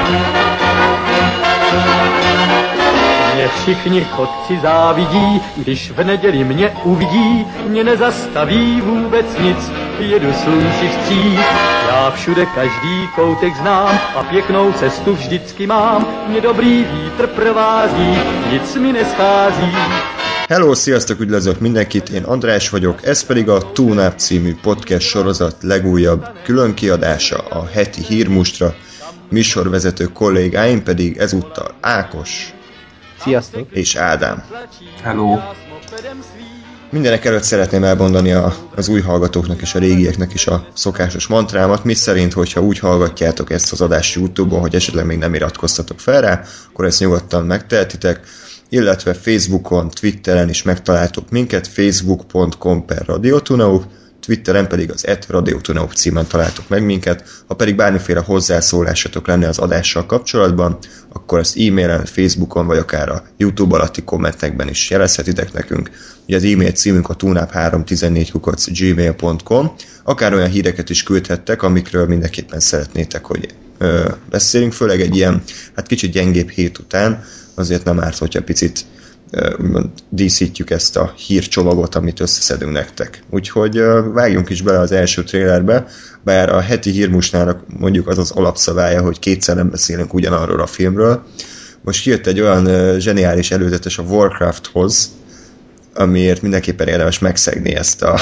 Mě všichni chodci závidí, když v neděli mě uvidí, mě nezastaví vůbec nic, jedu slunci vstříc. Já všude každý koutek znám a pěknou cestu vždycky mám, mě dobrý vítr provází, nic mi neschází. Hello, sziasztok, üdvözlök mindenkit, én András vagyok, ez pedig a TUNAP című podcast sorozat legújabb különkiadása, a heti hírmustra. Műsorvezető kollégáim pedig ezúttal Ákos. Sziasztok! És Ádám. Hello! Mindenek előtt szeretném elmondani az új hallgatóknak és a régieknek is a szokásos mantrámat, miszerint, hogyha úgy hallgatjátok ezt az adást YouTube-on, hogy esetleg még nem iratkoztatok fel rá, akkor ezt nyugodtan megtehetitek, illetve Facebookon, Twitteren is megtaláltok minket, facebook.com/radiotunaup, Twitteren pedig az @radiotunaup címen találtok meg minket, ha pedig bármiféle hozzászólásatok lenne az adással kapcsolatban, akkor ezt e-mailen, Facebookon vagy akár a YouTube alatti kommentekben is jelezhetitek nekünk. Ugye az e-mail címünk a tunap314@gmail.com, akár olyan híreket is küldhettek, amikről mindenképpen szeretnétek, hogy beszélünk, főleg egy ilyen, hát kicsit gyengébb hét után, azért nem árt, hogyha picit úgymond díszítjük ezt a hírcsomagot, amit összeszedünk nektek. Úgyhogy vágjunk is bele az első trailerbe, bár a heti hírmusnának mondjuk az az alapszabálya, hogy kétszer nem beszélünk ugyanarról a filmről. Most jött egy olyan zseniális előzetes a Warcrafthoz, amiért mindenképpen érdemes megszegni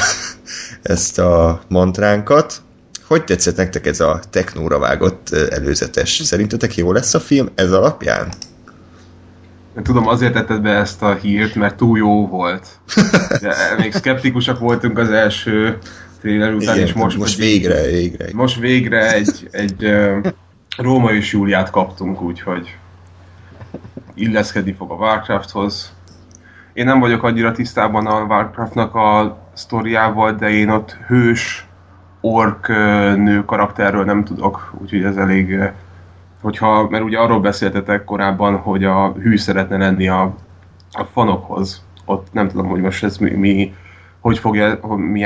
ezt a mantránkat. Hogy tetszett nektek ez a technóra vágott előzetes? Szerintetek jó lesz a film ez alapján? Nem tudom, azért tetted be ezt a hírt, mert túl jó volt. De még szkeptikusak voltunk az első trailer után, igen, és most végre. Most végre egy Róma és Júliát kaptunk, úgyhogy illeszkedni fog a Warcrafthoz. Én nem vagyok annyira tisztában a Warcraftnak a sztoriával, de én ott hős, ork nő karakterről nem tudok, úgyhogy ez elég... mert ugye arról beszéltetek korábban, hogy a hű szeretne lenni a fanokhoz. Ott nem tudom, hogy most ez hogy fogja,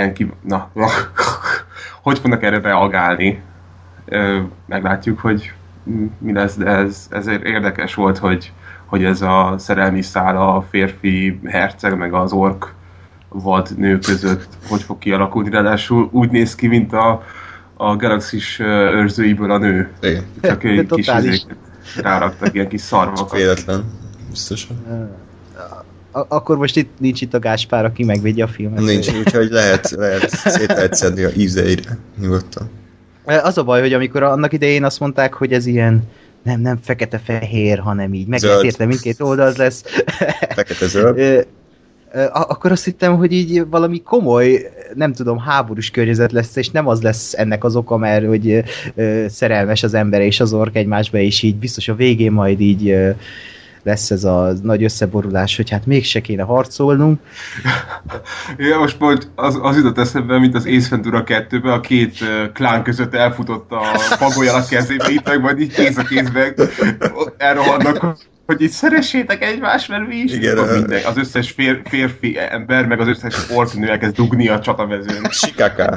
hogy fognak erre reagálni. Meglátjuk, hogy mi lesz, de ez érdekes volt, hogy ez a szerelmi szál a férfi herceg meg az ork vad nő között hogy fog kialakulni. Ráadásul úgy néz ki, mint a Galaxis őrzőiből a nő. Igen. Csak egy kis izéket ráraktak, ilyen kis szarvakat. Véletlen, biztosan. Akkor most nincs itt a Gáspár, aki megvédje a filmet. Nincs, úgyhogy lehet szét lehet szedni a ízeire nyugodtan. Az a baj, hogy amikor annak idején azt mondták, hogy ez ilyen nem fekete-fehér, hanem így meg lehet érteni, mindkét oldal lesz. Fekete-zöld. Akkor azt hittem, hogy így valami komoly, nem tudom, háborús környezet lesz, és nem az lesz ennek az oka, mert hogy szerelmes az ember és az ork egymásba, és így biztos a végén majd így lesz ez a nagy összeborulás, hogy hát mégse kéne harcolnunk. Ja, most az jutott eszembe, mint az Ace Ventura 2-ben, a két klán között elfutott a pagolyal a kezébe, itt meg majd így kéz a kézbe elrohadnak, hogy így szeressétek egymást, mert mi is. Igen, az összes férfi ember, meg az összes orknő elkezd dugni a csatamezőn. Sikaka.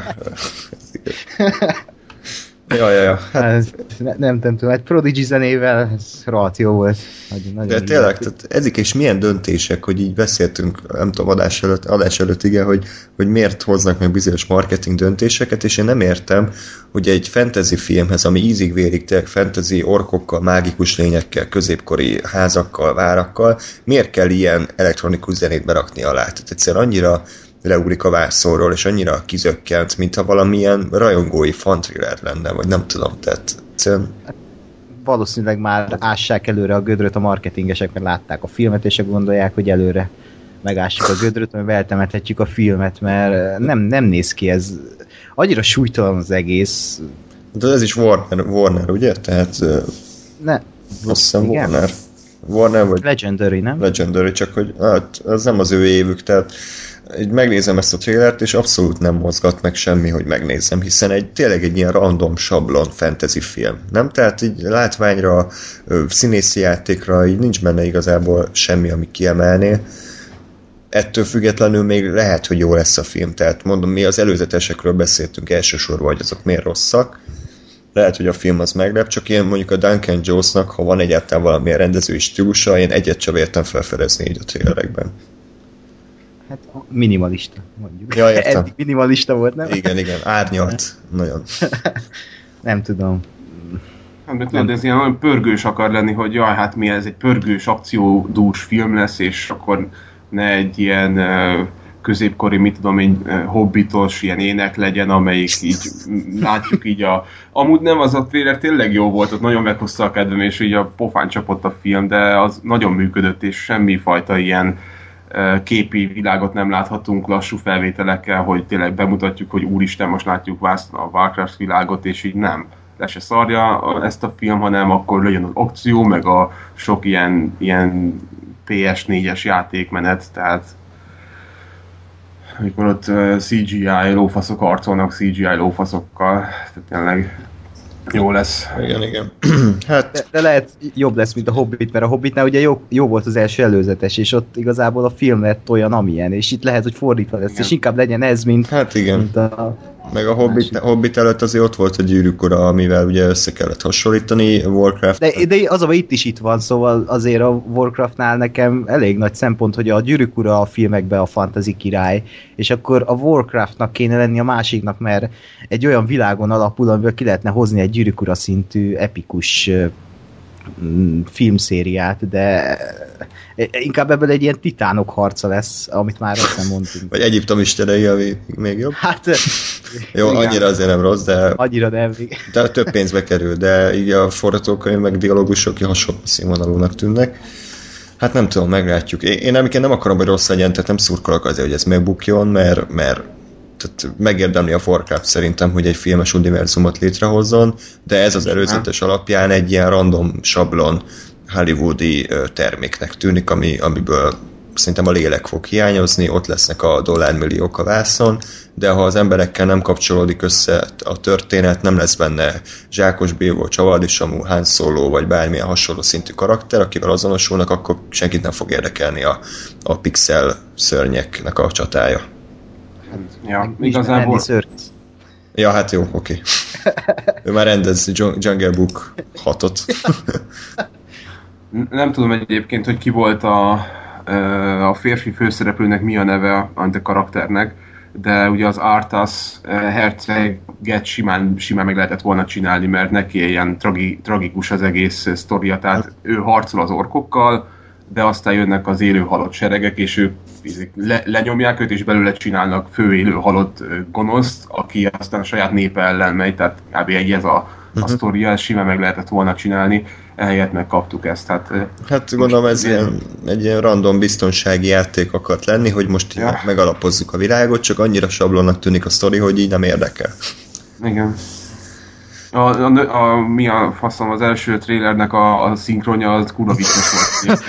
Ja. Hát, nem tudom, egy Prodigy zenével ez rohadt jó volt. Nagyon de tényleg, ezek is milyen döntések, hogy így beszéltünk, nem tudom, adás előtt igen, hogy miért hoznak meg bizonyos marketing döntéseket, és én nem értem, hogy egy fantasy filmhez, ami ízig-vérig tényleg fantasy orkokkal, mágikus lényekkel, középkori házakkal, várakkal, miért kell ilyen elektronikus zenét berakni alá? Tehát egyszerűen annyira leugrik a vászonról, és annyira kizökkent, mintha valamilyen rajongói fantriller lenne, vagy nem tudom, tehát egyszerűen... Valószínűleg már ássák előre a gödröt a marketingesek, mert látták a filmet, és gondolják, hogy előre megássuk a gödröt, mert eltemethetjük a filmet, mert nem néz ki ez. Annyira súlytalan az egész. De ez is Warner, ugye? Tehát... Ne. Azt hiszem Warner vagy... Legendary, nem? Legendary, csak hogy hát, ez nem az ő évük, tehát így megnézem ezt a trailert, és abszolút nem mozgat meg semmi, hogy megnézzem, hiszen tényleg egy ilyen random sablon fantasy film, nem? Tehát így látványra, színészi játékra, így nincs benne igazából semmi, ami kiemelné. Ettől függetlenül még lehet, hogy jó lesz a film, tehát mondom, mi az előzetesekről beszéltünk elsősorban, hogy azok miért rosszak, lehet, hogy a film az meglep, csak én mondjuk a Duncan Jonesnak, ha van egyáltalán valamilyen rendezői stílusa, én egyet sem értem felfedezni így a trailerekben. Hát minimalista, mondjuk. Ja, értem. Eddig minimalista volt, nem? Igen, árnyalt. Nagyon. Nem tudom. Nem, ez ilyen olyan pörgős akar lenni, hogy jaj, hát mi ez egy pörgős, akciódús film lesz, és akkor ne egy ilyen középkori, mit tudom én, hobbitos ilyen ének legyen, amelyik így látjuk így Amúgy nem, az a trailer tényleg jó volt, ott nagyon meghozta a kedvem, és így a pofán csapott a film, de az nagyon működött, és semmifajta ilyen képi világot nem láthatunk lassú felvételekkel, hogy tényleg bemutatjuk, hogy úristen, most látjuk a Warcraft világot, és így nem. Le se szarja ezt a film, hanem akkor legyen az akció, meg a sok ilyen PS4-es játékmenet, tehát amikor ott CGI lófaszok arcolnak CGI lófaszokkal, tehát tényleg jó lesz. Igen. Hát... De lehet jobb lesz, mint a Hobbit, mert a Hobbitnál ugye jó volt az első előzetes, és ott igazából a film lett olyan, amilyen, és itt lehet, hogy fordítva lesz, igen. És inkább legyen ez, mint... Hát igen. Mint meg a Hobbit előtt azért ott volt a Gyűrűk ura, amivel ugye össze kellett hasonlítani Warcraft. De az, ami itt van, szóval azért a Warcraftnál nekem elég nagy szempont, hogy a Gyűrűk ura a filmekben a fantasy király, és akkor a Warcraftnak kéne lenni a másiknak, mert egy olyan világon alapul, amiből ki lehetne hozni egy Gyűrűk ura szintű epikus filmszériát, de inkább ebből egy ilyen titánok harca lesz, amit már azt nem mondtunk. Vagy Egyiptom istenei, ami még jobb. Hát... Jó, igen. Annyira azért nem rossz, de... Annyira nem. De több pénzbe kerül, de így a forgatókönyv meg dialógusok hasonló színvonalúnak tűnnek. Hát nem tudom, meglátjuk. Én nem akarom, hogy rossz legyen, tehát nem szurkolok azért, hogy ez megbukjon, mert tehát megérdemli a Warcraft szerintem, hogy egy filmes univerzumot létrehozzon, de ez az előzetes alapján egy ilyen random sablon hollywoodi terméknek tűnik, amiből szerintem a lélek fog hiányozni, ott lesznek a dollármilliók a vászon, de ha az emberekkel nem kapcsolódik össze a történet, nem lesz benne Zsákos Bilbo, Csavardi Samu, Han Solo, vagy bármilyen hasonló szintű karakter, akivel azonosulnak, akkor senkit nem fog érdekelni a pixel szörnyeknek a csatája. Ja, igazából... Ja, hát jó, oké. Ő már rendez Jungle Book 6-ot. Nem tudom egyébként, hogy ki volt a férfi főszereplőnek mi a neve a karakternek, de ugye az Arthas herceget simán meg lehetett volna csinálni, mert neki ilyen tragikus az egész sztoria, tehát ő harcol az orkokkal, de aztán jönnek az élő halott seregek, és ők lenyomják őt, és belőle csinálnak fő élő halott gonoszt, aki aztán a saját népe ellen megy, tehát kb. Ez a sztoria, ezt simán meg lehetett volna csinálni, ehelyett megkaptuk ezt. Hát gondolom ez egy ilyen random biztonsági játék akart lenni, hogy most megalapozzuk a világot, csak annyira sablonnak tűnik a sztori, hogy így nem érdekel. Igen. Mi a faszom, az első trailernek a szinkronja az kurva vicces volt.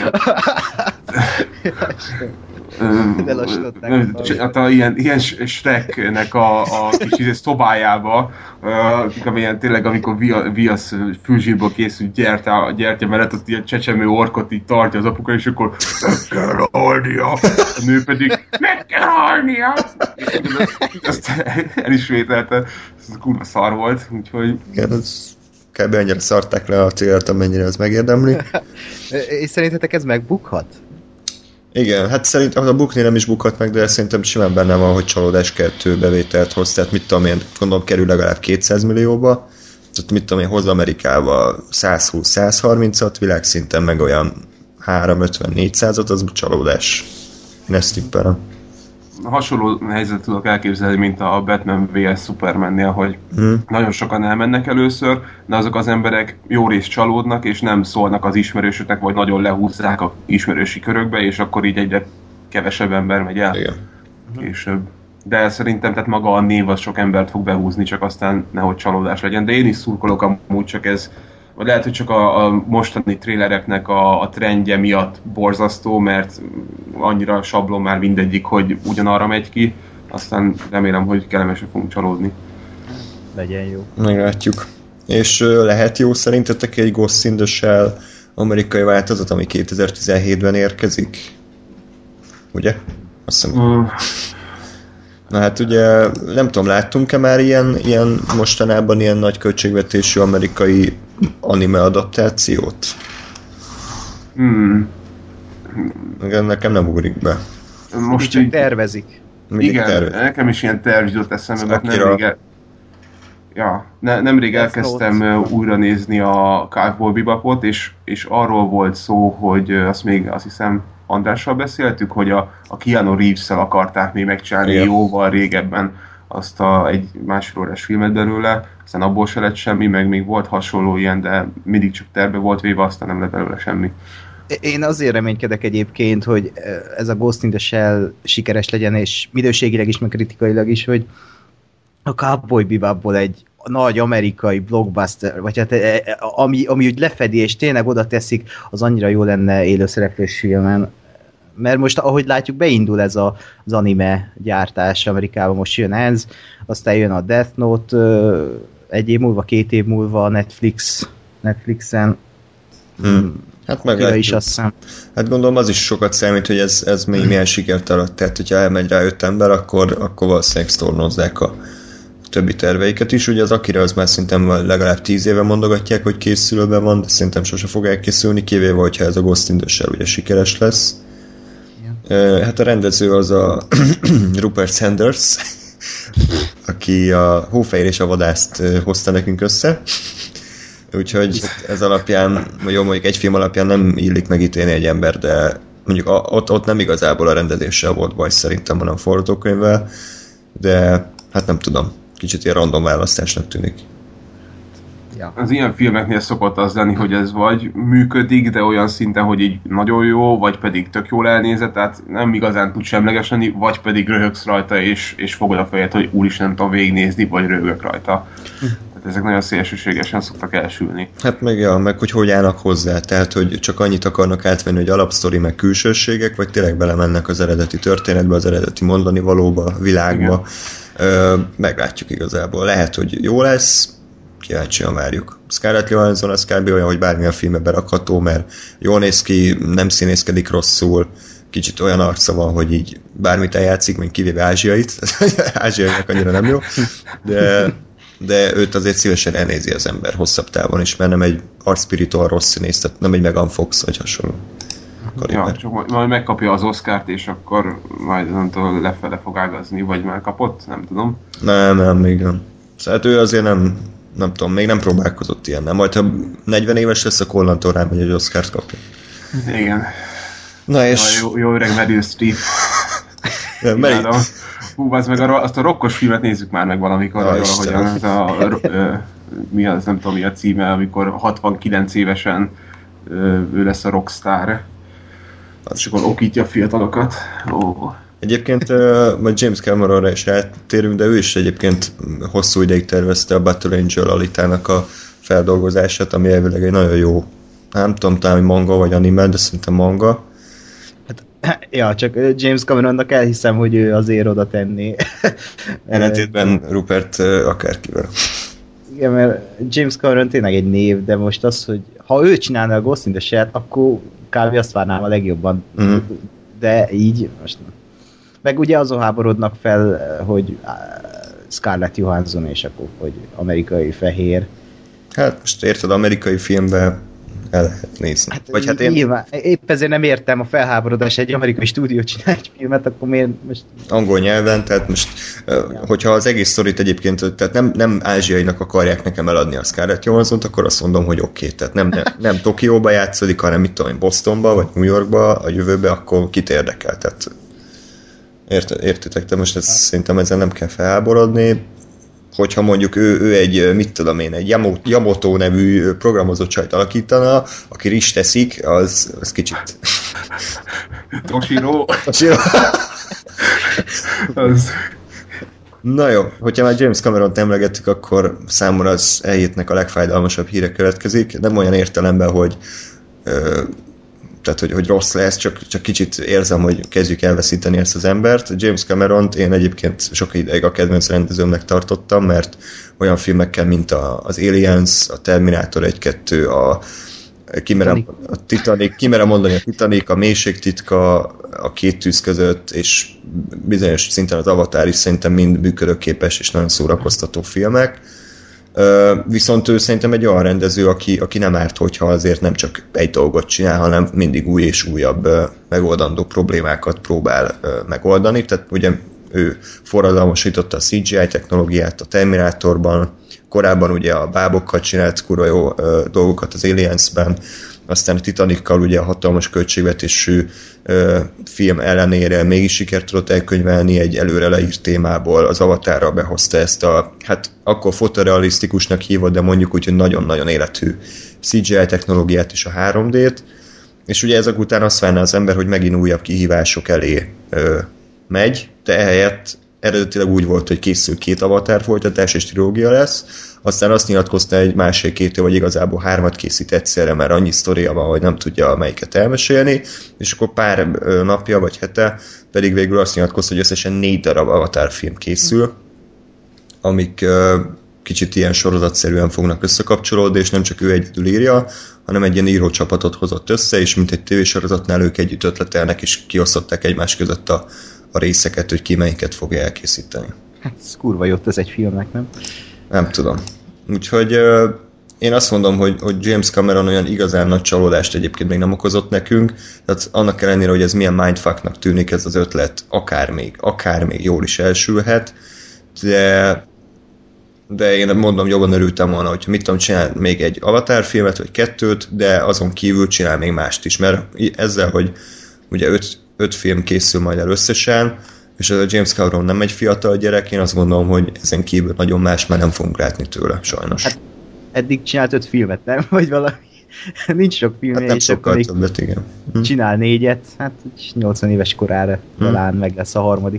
Hát ilyen Shreknek a kis szobájába, tényleg amikor viasz fülzsírból készült gyertya mellett, ott ilyen csecsemő orkot így tartja az apuka, és akkor meg kell halnia. A nő pedig meg kell halnia. Azt elismételte. Ez kurva szar volt, úgyhogy... Igen, ez kb. Annyira szarták le a célt, amennyire ez megérdemli. És szerintetek ez megbukhat? Igen, hát szerintem a bukni nem is bukhat meg, de szerintem simán benne van, hogy Csalódás 2 bevételt hoz, tehát mit tudom én, gondolom kerül legalább 200 millióba, tehát mit tudom én, hoz Amerikába 120-130-at, világszinten meg olyan 350-400-at, az Csalódás. Én ezt tippelem. Hasonló helyzet tudok elképzelni, mint a Batman vs. Supermannél, hogy nagyon sokan elmennek először, de azok az emberek jó részt csalódnak, és nem szólnak az ismerősöknek, vagy nagyon lehúzzák a ismerősi körökbe, és akkor így egyre kevesebb ember megy el. Igen. Később. De szerintem tehát maga a név az sok embert fog behúzni, csak aztán nehogy csalódás legyen. De én is szurkolok amúgy, csak ez vagy lehet, hogy csak a mostani trélereknek a trendje miatt borzasztó, mert annyira sablon már mindegyik, hogy ugyanarra megy ki, aztán remélem, hogy kellemesen fogunk csalódni. Legyen jó. Meglátjuk. És lehet jó szerintetek egy Ghost in the Shell amerikai változat, ami 2017-ben érkezik? Ugye? Azt hiszem... Na hát ugye, nem tudom, láttunk-e már ilyen mostanában ilyen nagy költségvetésű amerikai anime adaptációt? Nekem nem ugrik be. Most csak tervezik. Igen, nekem is ilyen terv jutott eszembe, mert nemrég elkezdtem újra nézni a Cowboy Bebopot, és arról volt szó, hogy azt hiszem Andrással beszéltük, hogy a Keanu Reeves-szel akarták még megcsinálni jóval régebben azt egy másfél órás filmet belőle, aztán abból se lett semmi, meg még volt hasonló ilyen, de mindig csak terve volt véve, aztán nem lett belőle semmi. Én azért reménykedek egyébként, hogy ez a Ghost in the Shell sikeres legyen, és minőségileg is, meg kritikailag is, hogy a Cowboy Bebopból egy nagy amerikai blockbuster, vagy hát ami úgy lefedi, és tényleg oda teszik, az annyira jó lenne élőszereplős filmen. Mert most, ahogy látjuk, beindul ez az anime gyártás Amerikában, most jön ez, aztán jön a Death Note egy év múlva, 2 év múlva a Netflixen. Hát meglátjuk. Is, azt hiszem. Hát gondolom az is sokat számít, hogy ez még milyen sikert alatt. Tehát, hogyha elmegy rá 5 ember, akkor valószínűleg sztornozzák a többi terveiket is. Ugye az Akira az már szerintem legalább 10 éve mondogatják, hogy készülőben van, de szerintem sose fog elkészülni, kivéve, hogyha ez a Ghost in the Shell ugye sikeres lesz. Hát a rendező az a Rupert Sanders, aki a Hófehér és a vadászt hozta nekünk össze. Úgyhogy ez alapján, vagy jó, mondjuk egy film alapján nem illik megítélni egy ember, de mondjuk ott nem igazából a rendezéssel volt baj szerintem, hanem forgatókönyvvel, de hát nem tudom, kicsit ilyen random választásnak tűnik. Ja. Az ilyen filmeknél szokott az lenni, hogy ez vagy működik, de olyan szinten, hogy így nagyon jó, vagy pedig tök jól elnézett, tehát nem igazán tud semleges lenni, vagy pedig röhögsz rajta, és fogod a fejed, hogy úristen nem tudom végignézni, vagy röhögök rajta. Tehát ezek nagyon szélsőségesen szoktak elsülni. Hát meg hogy állnak hozzá, tehát hogy csak annyit akarnak átvenni, hogy alapsztori, meg külsőségek, vagy tényleg belemennek az eredeti történetbe, az eredeti mondani valóba, világba. Meglátjuk igazából. Lehet, hogy jó lesz, kíváncsian várjuk. Scarlett Johansson az kb. Olyan, hogy bármilyen filmbe berakható, mert jól néz ki, nem színészkedik rosszul, kicsit olyan arca van, hogy így bármit eljátszik, még kivéve ázsiait. Ázsiainak annyira nem jó, de őt azért szívesen elnézi az ember hosszabb távon is, mert nem egy arcspiritual rossz színész, tehát nem egy Megan Fox vagy hasonló. Ja, csak majd megkapja az Oscart, és akkor majd nem tudom, lefele fog ágazni, vagy már kapott, nem tudom. Nem, még nem. Szóval ő azért nem tudom, még nem próbálkozott ilyennel. Majd ha 40 éves lesz, akkor onnantól rám, hogy egy Oscart kapja. Igen. Na és... Jó öreg Meryl Streep. Hú, az meg azt a rokkos filmet nézzük már meg valamikor, valahogyan. Mi az, nem tudom mi a címe, amikor 69 évesen ő lesz a rockstar. És akkor okítja a fiatalokat. Egyébként majd James Cameronra is rátérünk, de ő is egyébként hosszú ideig tervezte a Battle Angel Alitának a feldolgozását, ami elvileg egy nagyon jó, nem tudom, talán manga vagy anime, de szerintem manga. Hát, ja, csak James Cameronnak elhiszem, hogy ő azért oda tenné. Ellentétben Rupert akárkivel. Igen, mert James Cameron tényleg egy név, de most az, hogy ha ő csinálna a Ghost in the Shell, akkor kb. Azt várnám a legjobban. De így most nem. Meg ugye azon háborodnak fel, hogy Scarlett Johansson, és akkor, hogy amerikai fehér. Hát most érted, amerikai filmben el lehet nézni. Hát, vagy hát nyilván, épp ezért nem értem a felháborodás, egy amerikai stúdió csinál egy filmet, akkor miért most... Angol nyelven, tehát most, hogyha az egész sztorit egyébként, tehát nem ázsiainak akarják nekem eladni a Scarlett Johanssont, akkor azt mondom, hogy oké. Tehát nem Tokióba játszódik, hanem mit tudom, Bostonba, vagy New Yorkba a jövőbe, akkor kit érdekel, tehát értitek, de most szerintem ezzel nem kell felháborodni. Hogyha mondjuk ő egy, mit tudom én, egy Yamoto nevű programozó csajt alakítana, aki rizs teszik, az kicsit... Toshiro. Na jó, hogyha már James Cameront emlegettük, akkor számomra az elhétnek a legfájdalmasabb híre következik. Nem olyan értelemben, hogy tehát, hogy rossz lesz, csak kicsit érzem, hogy kezdjük elveszíteni ezt az embert. James Cameront én egyébként sok ideig a kedvenc rendezőmnek tartottam, mert olyan filmekkel, mint az Aliens, a Terminator 1-2, kimerem mondani a Titanic, a Mélység titka, a Két tűz között, és bizonyos szinten az Avatar is szerintem mind működőképes és nagyon szórakoztató filmek. Viszont ő szerintem egy olyan rendező, aki nem árt, hogyha azért nem csak egy dolgot csinál, hanem mindig új és újabb megoldandó problémákat próbál megoldani. Tehát ugye ő forradalmasította a CGI technológiát a Terminátorban, korábban ugye a bábokkal csinált kurva jó dolgokat az Aliensben, aztán a Titanikkal ugye a hatalmas költségvetésű film ellenére mégis sikert tudott elkönyvelni egy előre leírt témából, az Avatarra behozta ezt a, hát akkor fotorealisztikusnak hívott, de mondjuk úgy, hogy nagyon-nagyon életű CGI technológiát és a 3D-t, és ugye ezek után azt várná az ember, hogy megint újabb kihívások elé megy, de ehelyett eredetileg úgy volt, hogy készül 2 Avatar folytatás és trilógia lesz, aztán azt nyilatkozta egy másik 2 vagy igazából 3 készít egyszerre, mert annyi sztoria van, hogy nem tudja melyiket elmesélni, és akkor pár napja vagy hete pedig végül azt nyilatkozta, hogy összesen 4 darab Avatar film készül, amik kicsit ilyen sorozatszerűen fognak összekapcsolódni, és nem csak ő egyedül írja, hanem egy ilyen írócsapatot hozott össze, és mint egy tévésorozatnál ők együtt ötletelnek, és kiosztották egymás között a részeket, hogy ki melyiket fogja elkészíteni. Hát ez kurva jót ez egy filmnek, nem? Nem tudom. Úgyhogy én azt mondom, hogy James Cameron olyan igazán nagy csalódást egyébként még nem okozott nekünk, tehát annak ellenére, hogy ez milyen mindfucknak tűnik ez az ötlet, akár még jól is elsülhet, de én mondom, jobban örültem volna, hogyha mit tudom, csinál még egy Avatar filmet, vagy 2, de azon kívül csinál még mást is, mert ezzel, hogy ugye 5 film készül majd el összesen, és ez a James Cameron nem egy fiatal gyerek, én azt gondolom, hogy ezen kívül nagyon más már nem fogunk látni tőle, sajnos. Hát, eddig csinált 5 filmet, nem? Vagy valami? Nincs sok filmje, hát nem sokkal többet, igen. Csinál 4-et, hát 80 éves korára talán meg lesz a 3.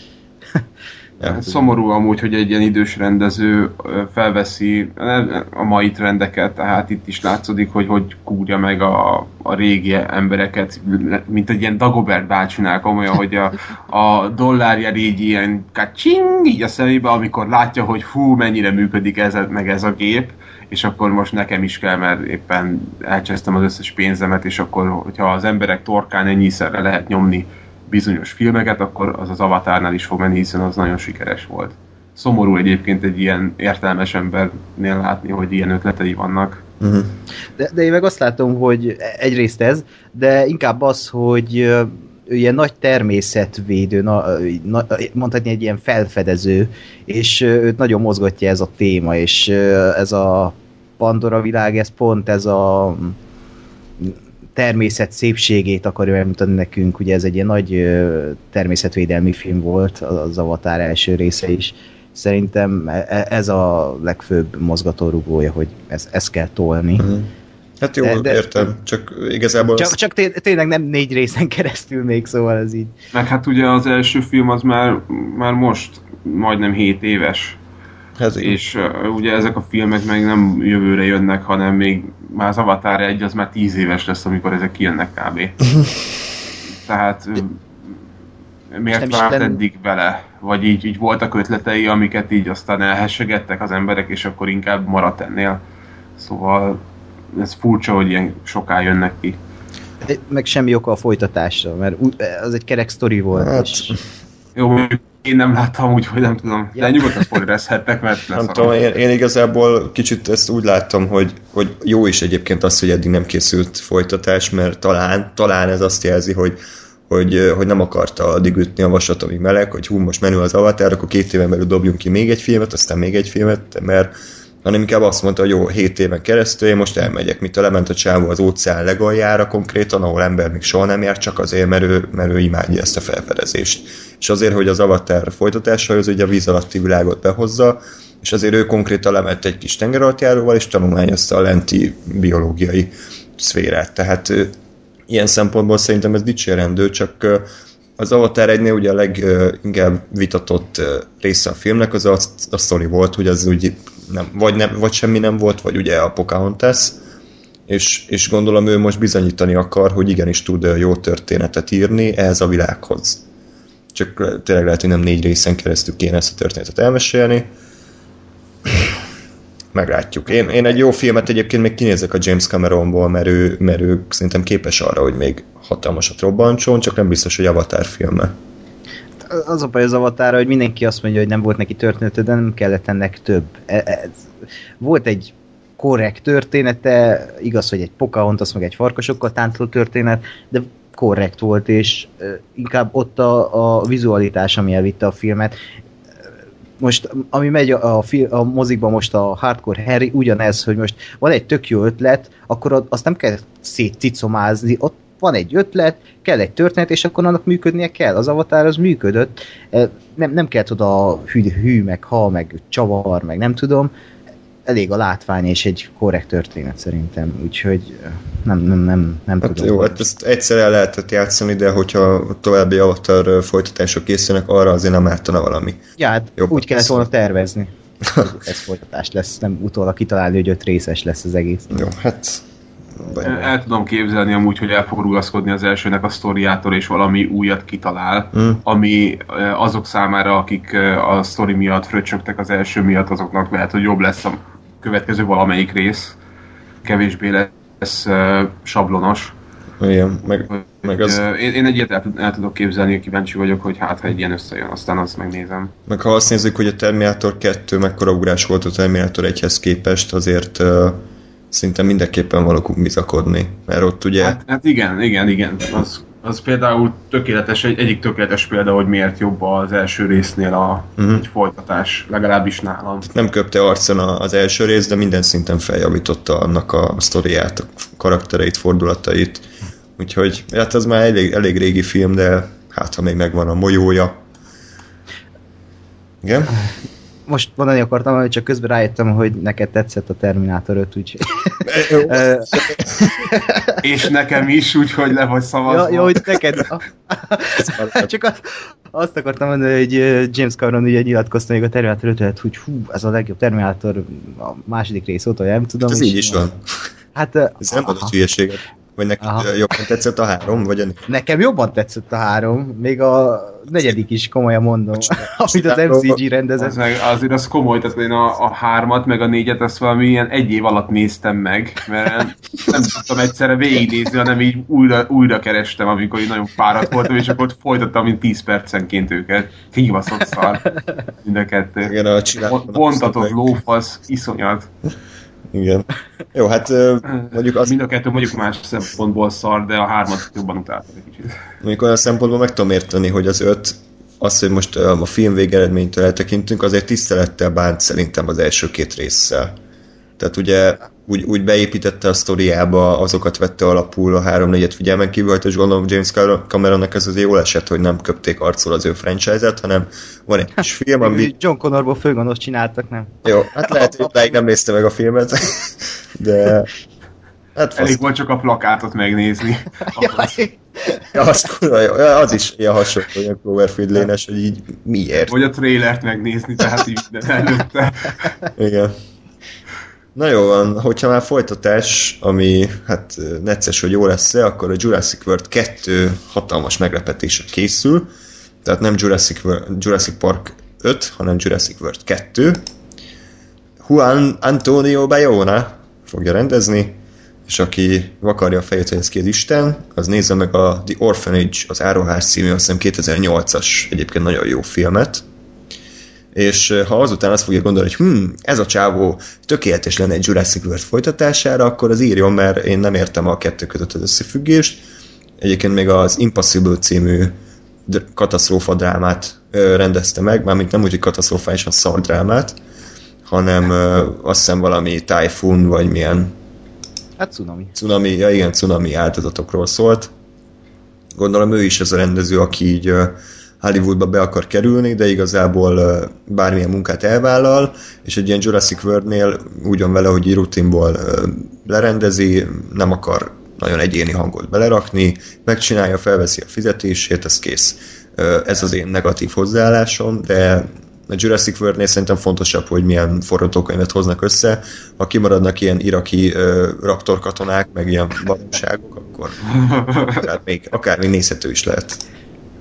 Ja. Szomorú amúgy, hogy egy ilyen idős rendező felveszi a mai trendeket, tehát itt is látszódik, hogy kúrja meg a régi embereket, mint egy ilyen Dagobert bácsinál komolyan, hogy a dollárjár így ilyen kacsing, így a szemébe, amikor látja, hogy hú, mennyire működik ez a gép, és akkor most nekem is kell, mert éppen elcsesztem az összes pénzemet, és akkor, hogyha az emberek torkán ennyiszer lehet nyomni bizonyos filmeket, akkor az Avatarnál is fog menni, hiszen az nagyon sikeres volt. Szomorú egyébként egy ilyen értelmes embernél látni, hogy ilyen ötletei vannak. Uh-huh. De én meg azt látom, hogy egyrészt ez, de inkább az, hogy ő ilyen nagy természetvédő, mondhatni egy ilyen felfedező, és őt nagyon mozgatja ez a téma, és ez a Pandora világ, ez pont ez a természet szépségét akarja elmutatni nekünk, ugye ez egy ilyen nagy természetvédelmi film volt, az Avatar első része is. Szerintem ez a legfőbb mozgatórugója, hogy ezt kell tolni. Hát jó, értem, csak igazából... Csak tényleg nem 4 részen keresztül még, szóval ez így... Meg hát ugye az első film az már most majdnem 7 éves. És ugye ezek a filmek meg nem jövőre jönnek, hanem még már az Avatar 1 az már 10 éves lesz, amikor ezek kijönnek kb. Tehát miért várt eddig vele? Vagy így voltak ötletei, amiket így aztán elhessegettek az emberek, és akkor inkább maradt ennél. Szóval ez furcsa, hogy ilyen soká jönnek ki. Meg semmi oka a folytatásra, mert az egy kerek sztori volt. Hát. És... Jó, én nem láttam, úgyhogy nem tudom. De nyugodtan spoilerezhettek, mert nem tudom, én igazából kicsit ezt úgy láttam, hogy jó is egyébként az, hogy eddig nem készült folytatás, mert talán ez azt jelzi, hogy nem akarta addig ütni a vasat, amíg meleg, hogy most menő az Avatar, akkor 2 éven belül dobjunk ki még egy filmet, aztán még egy filmet, mert hanem inkább azt mondta, hogy jó, 7 éven keresztül én most elmegyek, mint a lement a csávó az óceán legaljára konkrétan, ahol ember még soha nem jár, csak azért, mert ő imádja ezt a felfedezést. És azért, hogy az Avatar folytatása, az ugye a víz alatti világot behozza, és azért ő konkrétan lement egy kis tengeralattjáróval, és tanulmányozta a lenti biológiai szférát. Tehát ilyen szempontból szerintem ez dicsérendő, csak az Avatar 1-nél ugye a leginkább vitatott része a filmnek az a sztori volt, hogy az úgy vagy semmi nem volt, vagy ugye a Pocahontas, és gondolom ő most bizonyítani akar, hogy igenis tud jó történetet írni ehhez a világhoz. Csak tényleg lehet, hogy nem 4 részen keresztül kéne ezt a történetet elmesélni. meglátjuk. Én egy jó filmet egyébként még kinézek a James Cameronból, mert ő szerintem képes arra, hogy még hatalmasat robbantson, csak nem biztos, hogy Avatar filme. Az a baj az Avatarra, hogy mindenki azt mondja, hogy nem volt neki története, de nem kellett ennek több. Volt egy korrekt története, igaz, hogy egy Pocahontas, meg egy farkasokkal táncoló történet, de korrekt volt, és inkább ott a vizualitás, ami elvitte a filmet. Most, ami megy a mozikban most a Hardcore Harry, ugyanez, hogy most van egy tök jó ötlet, akkor azt nem kell szétcicomázni, ott van egy ötlet, kell egy történet, és akkor annak működnie kell. Az Avatar az működött, nem kell oda hű, meg ha, meg csavar, meg nem tudom, elég a látvány és egy korrekt történet szerintem, úgyhogy nem hát tudom. Jó, hát ezt egyszer el lehetett játszani, de hogyha további Avatar folytatások készülnek, arra azért nem ártana valami. Ja, hát úgy kellett volna tervezni, hogy ez folytatás lesz, nem utólag kitalálni, hogy 5 részes lesz az egész. Jó, hát... El tudom képzelni amúgy, hogy el fog rugaszkodni az elsőnek a sztoriától, és valami újat kitalál, ami azok számára, akik a sztori miatt fröccsögtek az első miatt, azoknak lehet, hogy jobb lesz a következő valamelyik rész, kevésbé lesz sablonos. Igen, meg az... Én egy ilyet el tudok képzelni, kíváncsi vagyok, hogy hát ha egy ilyen összejön, aztán azt megnézem. Meg ha azt nézzük, hogy a Terminator 2 mekkora ugrás volt a Terminator 1-hez képest, azért szinte mindenképpen való bizakodni, mert ott ugye... Hát igen. Az például tökéletes, egyik tökéletes példa, hogy miért jobb az első résznél egy folytatás, legalábbis nálam. Nem köpte arcon az első rész, de minden szinten feljavította annak a sztoriát, a karaktereit, fordulatait. Úgyhogy hát az már elég régi film, de hát ha még megvan a molyója. Igen? Most mondani akartam, hogy csak közben rájöttem, hogy neked tetszett a Terminátor 5, úgyhogy... És nekem is, úgyhogy le vagy szavazva. Jó, hogy neked... Csak azt akartam mondani, hogy James Cameron ugye nyilatkozta még a Terminátor 5-et, hogy hú, ez a legjobb Terminátor a második rész óta, nem tudom. Ez így is van. Hát... Ez nem adott hülyeséget. Vagy neked jobban tetszett a 3, vagy a 4? Nekem jobban tetszett a 3, még a 4. is, komolyan mondom, amit az MCG rendezett. Azért az komoly, tehát én a 3-at meg a 4-et azt valami ilyen egy év alatt néztem meg, mert nem tudtam egyszerre végignézni, hanem így újra kerestem, amikor így nagyon fáradt voltam, és akkor folytattam, mint 10 percenként őket. Kibaszott szar, mind a kettő. Igen, bontatott lófasz, iszonyat. Igen. Jó, hát mondjuk az... Mind a kettő mondjuk más szempontból szar, de a 3-at jobban utáltam egy kicsit. Mondjuk olyan szempontból meg tudom érteni, hogy az 5, az, hogy most a film végeredménytől eltekintünk, azért tisztelettel bánt szerintem az első 2 résszel. Tehát ugye úgy beépítette a sztoriába, azokat vette alapul a 3-4-et figyelmen kívül, és gondolom James Cameronnak ez azért jól esett, hogy nem köpték arcul az ő franchise-et, hanem van egy kis film, ami... John Connorból főgonoszt csináltak, nem? Jó, hát lehet, hogy odáig nem nézte meg a filmet, de... Hát elég volt csak a plakátot megnézni. Az is ilyen hasonló, ilyen Cloverfield lénes, hogy így miért? Vagy a trailert megnézni, tehát így minden előtte. Igen. Na jó van, hogyha már folytatás, ami hát necces, hogy jó lesz-e, akkor a Jurassic World 2 hatalmas meglepetésre készül. Tehát nem Jurassic Park 5, hanem Jurassic World 2. Juan Antonio Bayona fogja rendezni, és aki vakarja a fejét, hogy ez ki az Isten, az nézze meg a The Orphanage, az Áruház című, azt hiszem 2008-as egyébként nagyon jó filmet. És ha azután azt fogja gondolni, hogy ez a csávó tökéletes lenne egy Jurassic World folytatására, akkor az írjon, mert én nem értem a kettő között az összefüggést. Egyébként még az Impossible című katasztrófa drámát rendezte meg, mármint nem úgy, hogy katasztrofálisan szar drámát, hanem azt hiszem valami Typhoon, vagy milyen... Hát cunami áldozatokról szólt. Gondolom ő is ez a rendező, aki így Hollywoodba be akar kerülni, de igazából bármilyen munkát elvállal, és egy ilyen Jurassic World-nél úgy van vele, hogy rutinból lerendezi, nem akar nagyon egyéni hangot belerakni, megcsinálja, felveszi a fizetését, ez kész. Ez az én negatív hozzáállásom, de a Jurassic World-nél szerintem fontosabb, hogy milyen forgatókönyvet hoznak össze. Ha kimaradnak ilyen iraki raptorkatonák, meg ilyen valóságok, akkor akár még nézhető is lehet.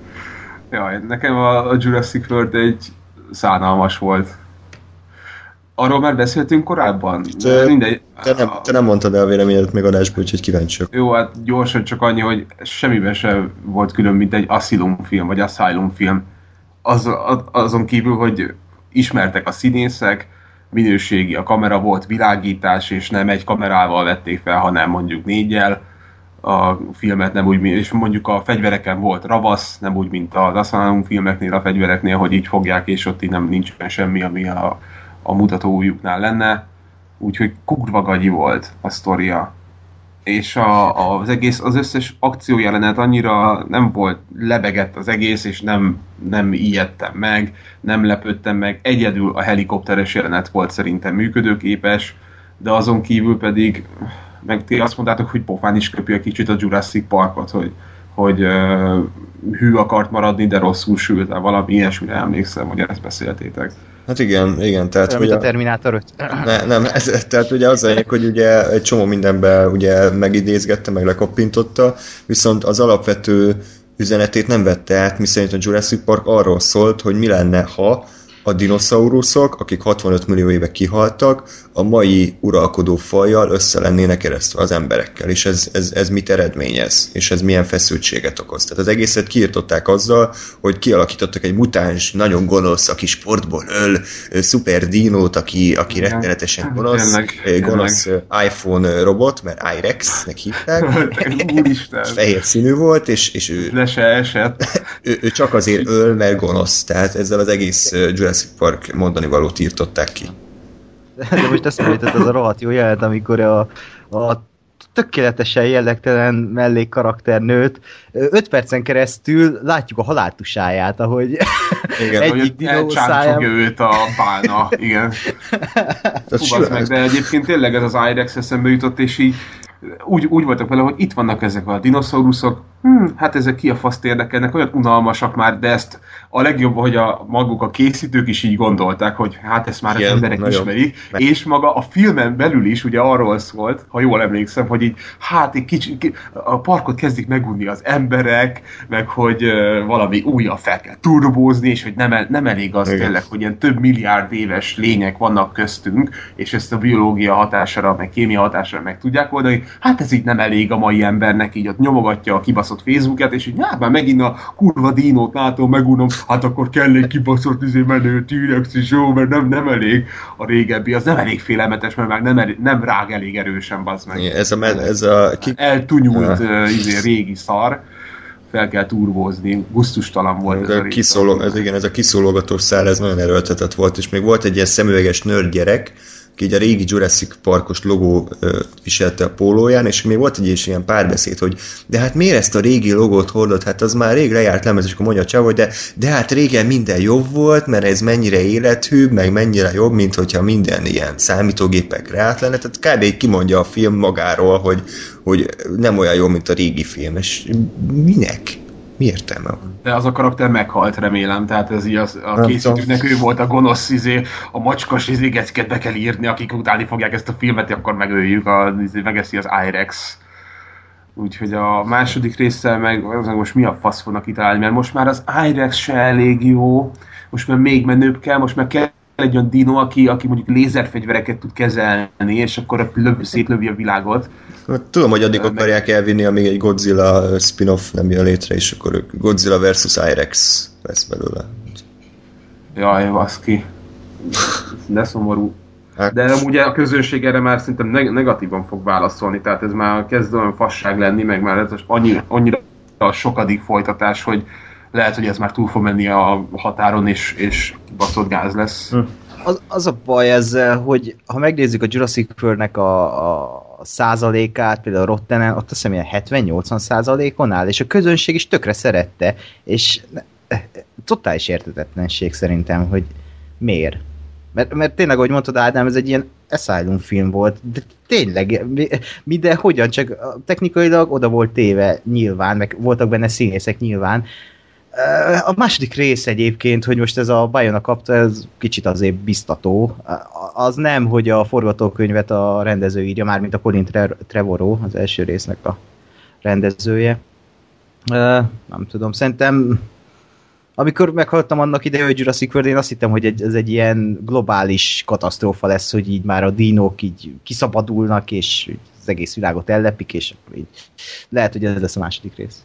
Jaj, nekem a Jurassic World egy szánalmas volt. Arról már beszéltünk korábban? Mindegy. Te nem mondtad el a véleményedet még adásból, úgyhogy kíváncsiak. Jó, hát gyorsan csak annyi, hogy semmiben sem volt külön, mint egy Asylum film, vagy Asylum film. Azon kívül, hogy ismertek a színészek, minőségi a kamera, volt világítás, és nem egy kamerával vették fel, hanem mondjuk 4-jel a filmet, nem úgy, és mondjuk a fegyvereken volt ravasz, nem úgy, mint az Asylum filmeknél, a fegyvereknél, hogy így fogják, és ott így nincs semmi, ami a mutatójuknál lenne. Úgyhogy kurva gagyi volt a sztoria. És az összes akciójelenet annyira nem volt, lebegett az egész, és nem ijedtem meg, nem lepődtem meg. Egyedül a helikopteres jelenet volt szerintem működőképes, de azon kívül pedig, meg ti azt mondtátok, hogy pofán is köpi a kicsit a Jurassic Parkot, hogy hű akart maradni, de rosszul sült, valami ilyesmire emlékszem, hogy ezt beszéltétek. Hát igen, tehát hogy a Terminátor 5. Tehát ugye az lényeg, hogy ugye egy csomó mindenben ugye megidézgette, meg lekoppintotta, viszont az alapvető üzenetét nem vette át, miszerint a Jurassic Park arról szólt, hogy mi lenne, ha a dinoszauruszok, akik 65 millió éve kihaltak, a mai uralkodó fajjal össze lennének keresztül az emberekkel, és ez mit eredményez, és ez milyen feszültséget okoz. Tehát az egészet kiirtották azzal, hogy kialakítottak egy mutáns, nagyon gonosz, aki sportból öl, szuper dinót, aki rettenetesen gonosz iPhone robot, mert iRex-nek hívták, fehér színű volt, és ő csak azért öl, mert gonosz. Tehát ezzel az egész Jurassic Park mondani valót írtották ki. De most azt mondtad, az a rohadt jó jelenet, amikor a tökéletesen jellegtelen mellékkarakternőt 5 percen keresztül látjuk a haláltusáját, ahogy igen, egyik dinó száján... őt a pálna, igen. Meg, de egyébként tényleg ez az iRex eszembe jutott, és így úgy voltak vele, hogy itt vannak ezek a dinoszauruszok, hát ezek ki a faszt érdekelnek, olyan unalmasak már, de ezt a legjobb, hogy maguk a készítők is így gondolták, hogy hát ezt már az emberek ismerik, és maga a filmen belül is ugye arról szólt, ha jól emlékszem, hogy így hát egy kicsit a parkot kezdik megunni az emberek, meg hogy valami újra fel kell turbózni, és hogy nem elég az tényleg, hogy ilyen több milliárd éves lények vannak köztünk, és ezt a biológia hatására, meg kémia hatására meg tudják oldani, hát ez így nem elég a mai embernek, így ott nyomogatja a kibaszott Facebookját, és így már megint a kurva dinót látom, megunom, hát akkor kell egy kibaszott menő T-rex is, jó, mert nem elég a régebbi, az nem elég félelmetes, mert már nem rág elég erősen, bazd meg. Eltunyult régi szar, fel kell turbózni, gusztustalan volt ez a kiszólogatós szál, ez nagyon erőltetett volt, és még volt egy ilyen szemüveges nerd gyerek, aki így a régi Jurassic Parkos logó viselte a pólóján, és még volt egy ilyen párbeszéd, hogy de hát miért ezt a régi logót hordott, hát az már rég lejárt lemez, és akkor mondja a csavar, hogy de hát régen minden jobb volt, mert ez mennyire élethűbb, meg mennyire jobb, mint hogyha minden ilyen számítógépekre át lenne, tehát kb. Kimondja a film magáról, hogy nem olyan jó, mint a régi film, és minek? Mi értelme van? De az a karakter meghalt, remélem, tehát ez így a készítőknek ő volt a gonosz a macskas gecket be kell írni, akik utálni fogják ezt a filmet, akkor megöljük, megeszi az iRex. Úgyhogy a második résszel meg most mi a fasz fognak kitalálni, mert most már az iRex se elég jó, most már még menőbb kell, most már kell egy olyan dino, aki mondjuk lézerfegyvereket tud kezelni, és akkor szétlövi a világot. Tudom, hogy addig akarják elvinni, amíg egy Godzilla spin-off nem jön létre, és akkor Godzilla versus iRex lesz belőle. Jaj, baszki. De szomorú. De amúgy a közönség erre már szerintem negatívan fog válaszolni, tehát ez már kezd olyan fasság lenni, meg már ez annyira sokadik folytatás, hogy lehet, hogy ez már túl fog menni a határon, és baszott gáz lesz. Az a baj ezzel, hogy ha megnézzük a Jurassic World-nek a százalékát, például a Rottenen, ott azt hiszem ilyen 70-80 százalékon áll, és a közönség is tökre szerette, és totális értetetlenség szerintem, hogy miért. Mert tényleg, ahogy mondtad, Ádám, ez egy ilyen Asylum film volt, de tényleg, de hogyan, csak technikailag oda volt téve nyilván, meg voltak benne színészek nyilván. A második rész egyébként, hogy most ez a Bayona kapta, ez kicsit azért biztató. Az nem, hogy a forgatókönyvet a rendező írja, mármint a Colin Trevorrow, az első résznek a rendezője. Nem tudom, szerintem Amikor meghallottam annak ide, hogy Jurassic World, én azt hittem, hogy ez egy ilyen globális katasztrófa lesz, hogy így már a dinók így kiszabadulnak, és az egész világot ellepik, és akkor így lehet, hogy ez lesz a második rész.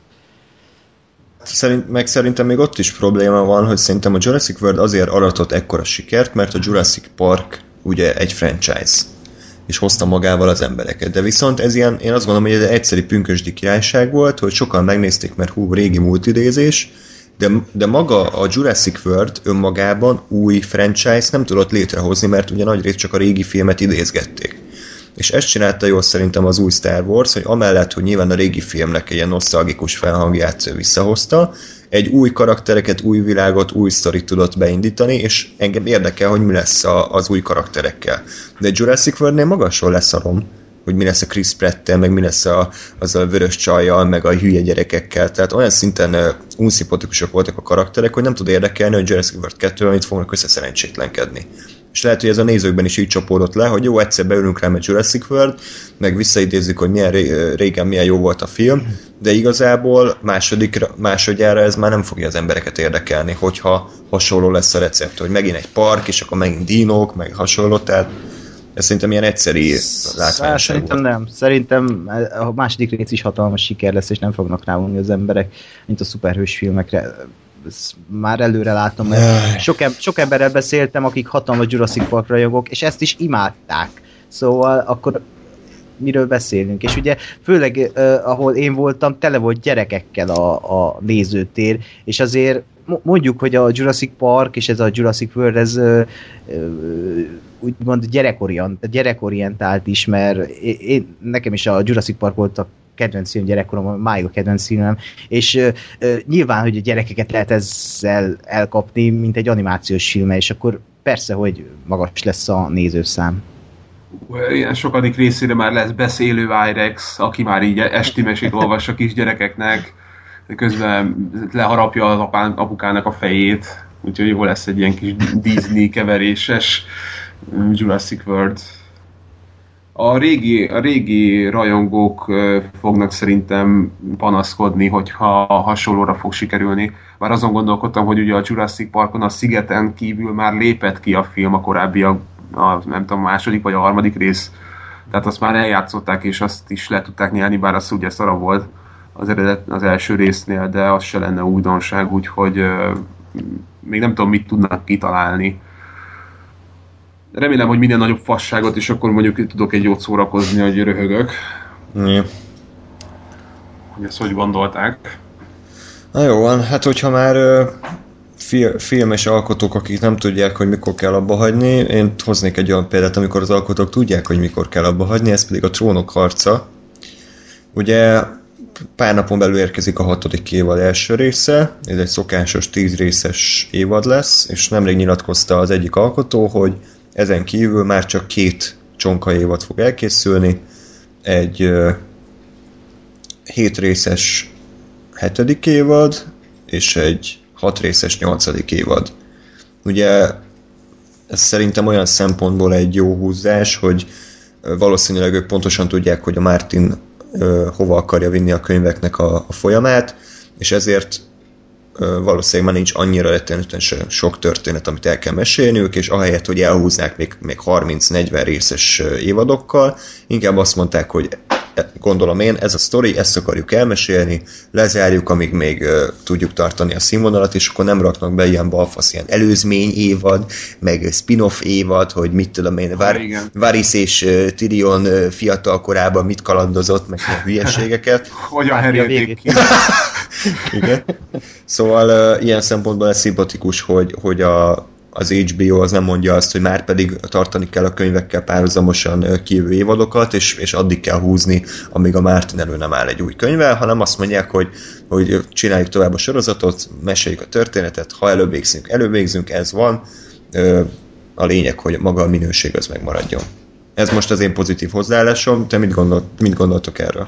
Szerintem még ott is probléma van, hogy szerintem a Jurassic World azért aratott ekkora sikert, mert a Jurassic Park ugye egy franchise, és hozta magával az embereket. De viszont ez ilyen, én azt gondolom, hogy ez egy egyszerű pünkösdi királyság volt, hogy sokan megnézték, mert régi multidézés, de maga a Jurassic World önmagában új franchise nem tudott létrehozni, mert ugye nagyrészt csak a régi filmet idézgették. És ezt csinálta jól szerintem az új Star Wars, hogy amellett, hogy nyilván a régi filmnek egy ilyen nosztalgikus felhangját visszahozta, egy új karaktereket, új világot, új sztorit tudott beindítani, és engem érdekel, hogy mi lesz az új karakterekkel. De Jurassic World-nél magasról lesz a rom, hogy mi lesz a Chris Pratt-tel, meg mi lesz azzal a vörös csajjal, meg a hülye gyerekekkel. Tehát olyan szinten unszimpatikusak voltak a karakterek, hogy nem tud érdekelni, hogy Jurassic World 2-ben itt fognak összeszerencsétlenkedni. És lehet, hogy ez a nézőkben is így csapódott le, hogy jó, egyszer beülünk rá egy Jurassic World, meg visszaidézzük, hogy milyen régen milyen jó volt a film, de igazából másodjára ez már nem fogja az embereket érdekelni, hogyha hasonló lesz a recept, hogy megint egy park, és akkor megint dinók, meg hasonló, tehát ez szerintem ilyen egyszeri látványosság Szerintem volt. nem. Szerintem a második rész is hatalmas siker lesz, és nem fognak ráunni az emberek, mint a szuperhős filmekre. Ezt már előre látom, mert sok emberrel beszéltem, akik hatalmas Jurassic Park rajongók, és ezt is imádták. Szóval akkor miről beszélünk? És ugye főleg ahol én voltam, tele volt gyerekekkel a nézőtér, és azért mondjuk, hogy a Jurassic Park és ez a Jurassic World, ez úgymond gyerekorientált is, mert nekem is a Jurassic Park volt a kedvenc film gyerekkoromban, máig a kedvenc filmem, és nyilván, hogy a gyerekeket lehet ezzel elkapni, mint egy animációs filme, és akkor persze, hogy magas lesz a nézőszám. Ilyen sokadik részére már lesz beszélő IREX, aki már így esti mesét olvas a kisgyerekeknek, közben leharapja az apukának a fejét, úgyhogy jó lesz egy ilyen kis Disney keveréses Jurassic World. A régi rajongók fognak szerintem panaszkodni, hogyha hasonlóra fog sikerülni. Már azon gondolkodtam, hogy ugye a Jurassic Parkon a szigeten kívül már lépett ki a film a korábbi, nem tudom, második vagy a harmadik rész. Tehát azt már eljátszották, és azt is le tudták nyelni, bár az ugye szara volt az első résznél, de az se lenne újdonság, úgyhogy még nem tudom, mit tudnak kitalálni. Remélem, hogy minden nagyobb fasságot, és akkor mondjuk tudok egy jót szórakozni, hogy röhögök. Ja. Hogy ezt hogy gondolták. Na jó van, hát hogyha már filmes alkotók, akik nem tudják, hogy mikor kell abba hagyni, én hoznék egy olyan példát, amikor az alkotók tudják, hogy mikor kell abba hagyni, ez pedig a Trónok harca. Ugye pár napon belül érkezik a 6. évad első része, ez egy szokásos 10 részes évad lesz, és nemrég nyilatkozta az egyik alkotó, hogy ezen kívül már csak 2 csonka évad fog elkészülni, egy 7 részes 7. évad, és egy 6 részes 8. évad. Ugye ez szerintem olyan szempontból egy jó húzás, hogy valószínűleg ők pontosan tudják, hogy a Martin hova akarja vinni a könyveknek a folyamát, és ezért valószínűleg már nincs annyira rettenetesen sok történet, amit el kell mesélniük, és ahelyett, hogy elhúznák még 30-40 részes évadokkal, inkább azt mondták, hogy gondolom én, ez a sztori, ezt akarjuk elmesélni, lezárjuk, amíg még tudjuk tartani a színvonalat, és akkor nem raknak be ilyen balfasz, ilyen előzmény évad, meg spin-off évad, hogy mit tudom én, Varys és Tyrion fiatal korában mit kalandozott, meg ilyen hülyeségeket. Hogyan herélték ki. Igen. Szóval ilyen szempontból ez szimpatikus, hogy az HBO az nem mondja azt, hogy már pedig tartani kell a könyvekkel párhuzamosan kijövő évadokat, és addig kell húzni, amíg a Martin elő nem áll egy új könyvvel, hanem azt mondják, hogy csináljuk tovább a sorozatot, meséljük a történetet, ha elővégzünk, ez van. A lényeg, hogy maga a minőség az megmaradjon. Ez most az én pozitív hozzáállásom, te mit gondoltok erről?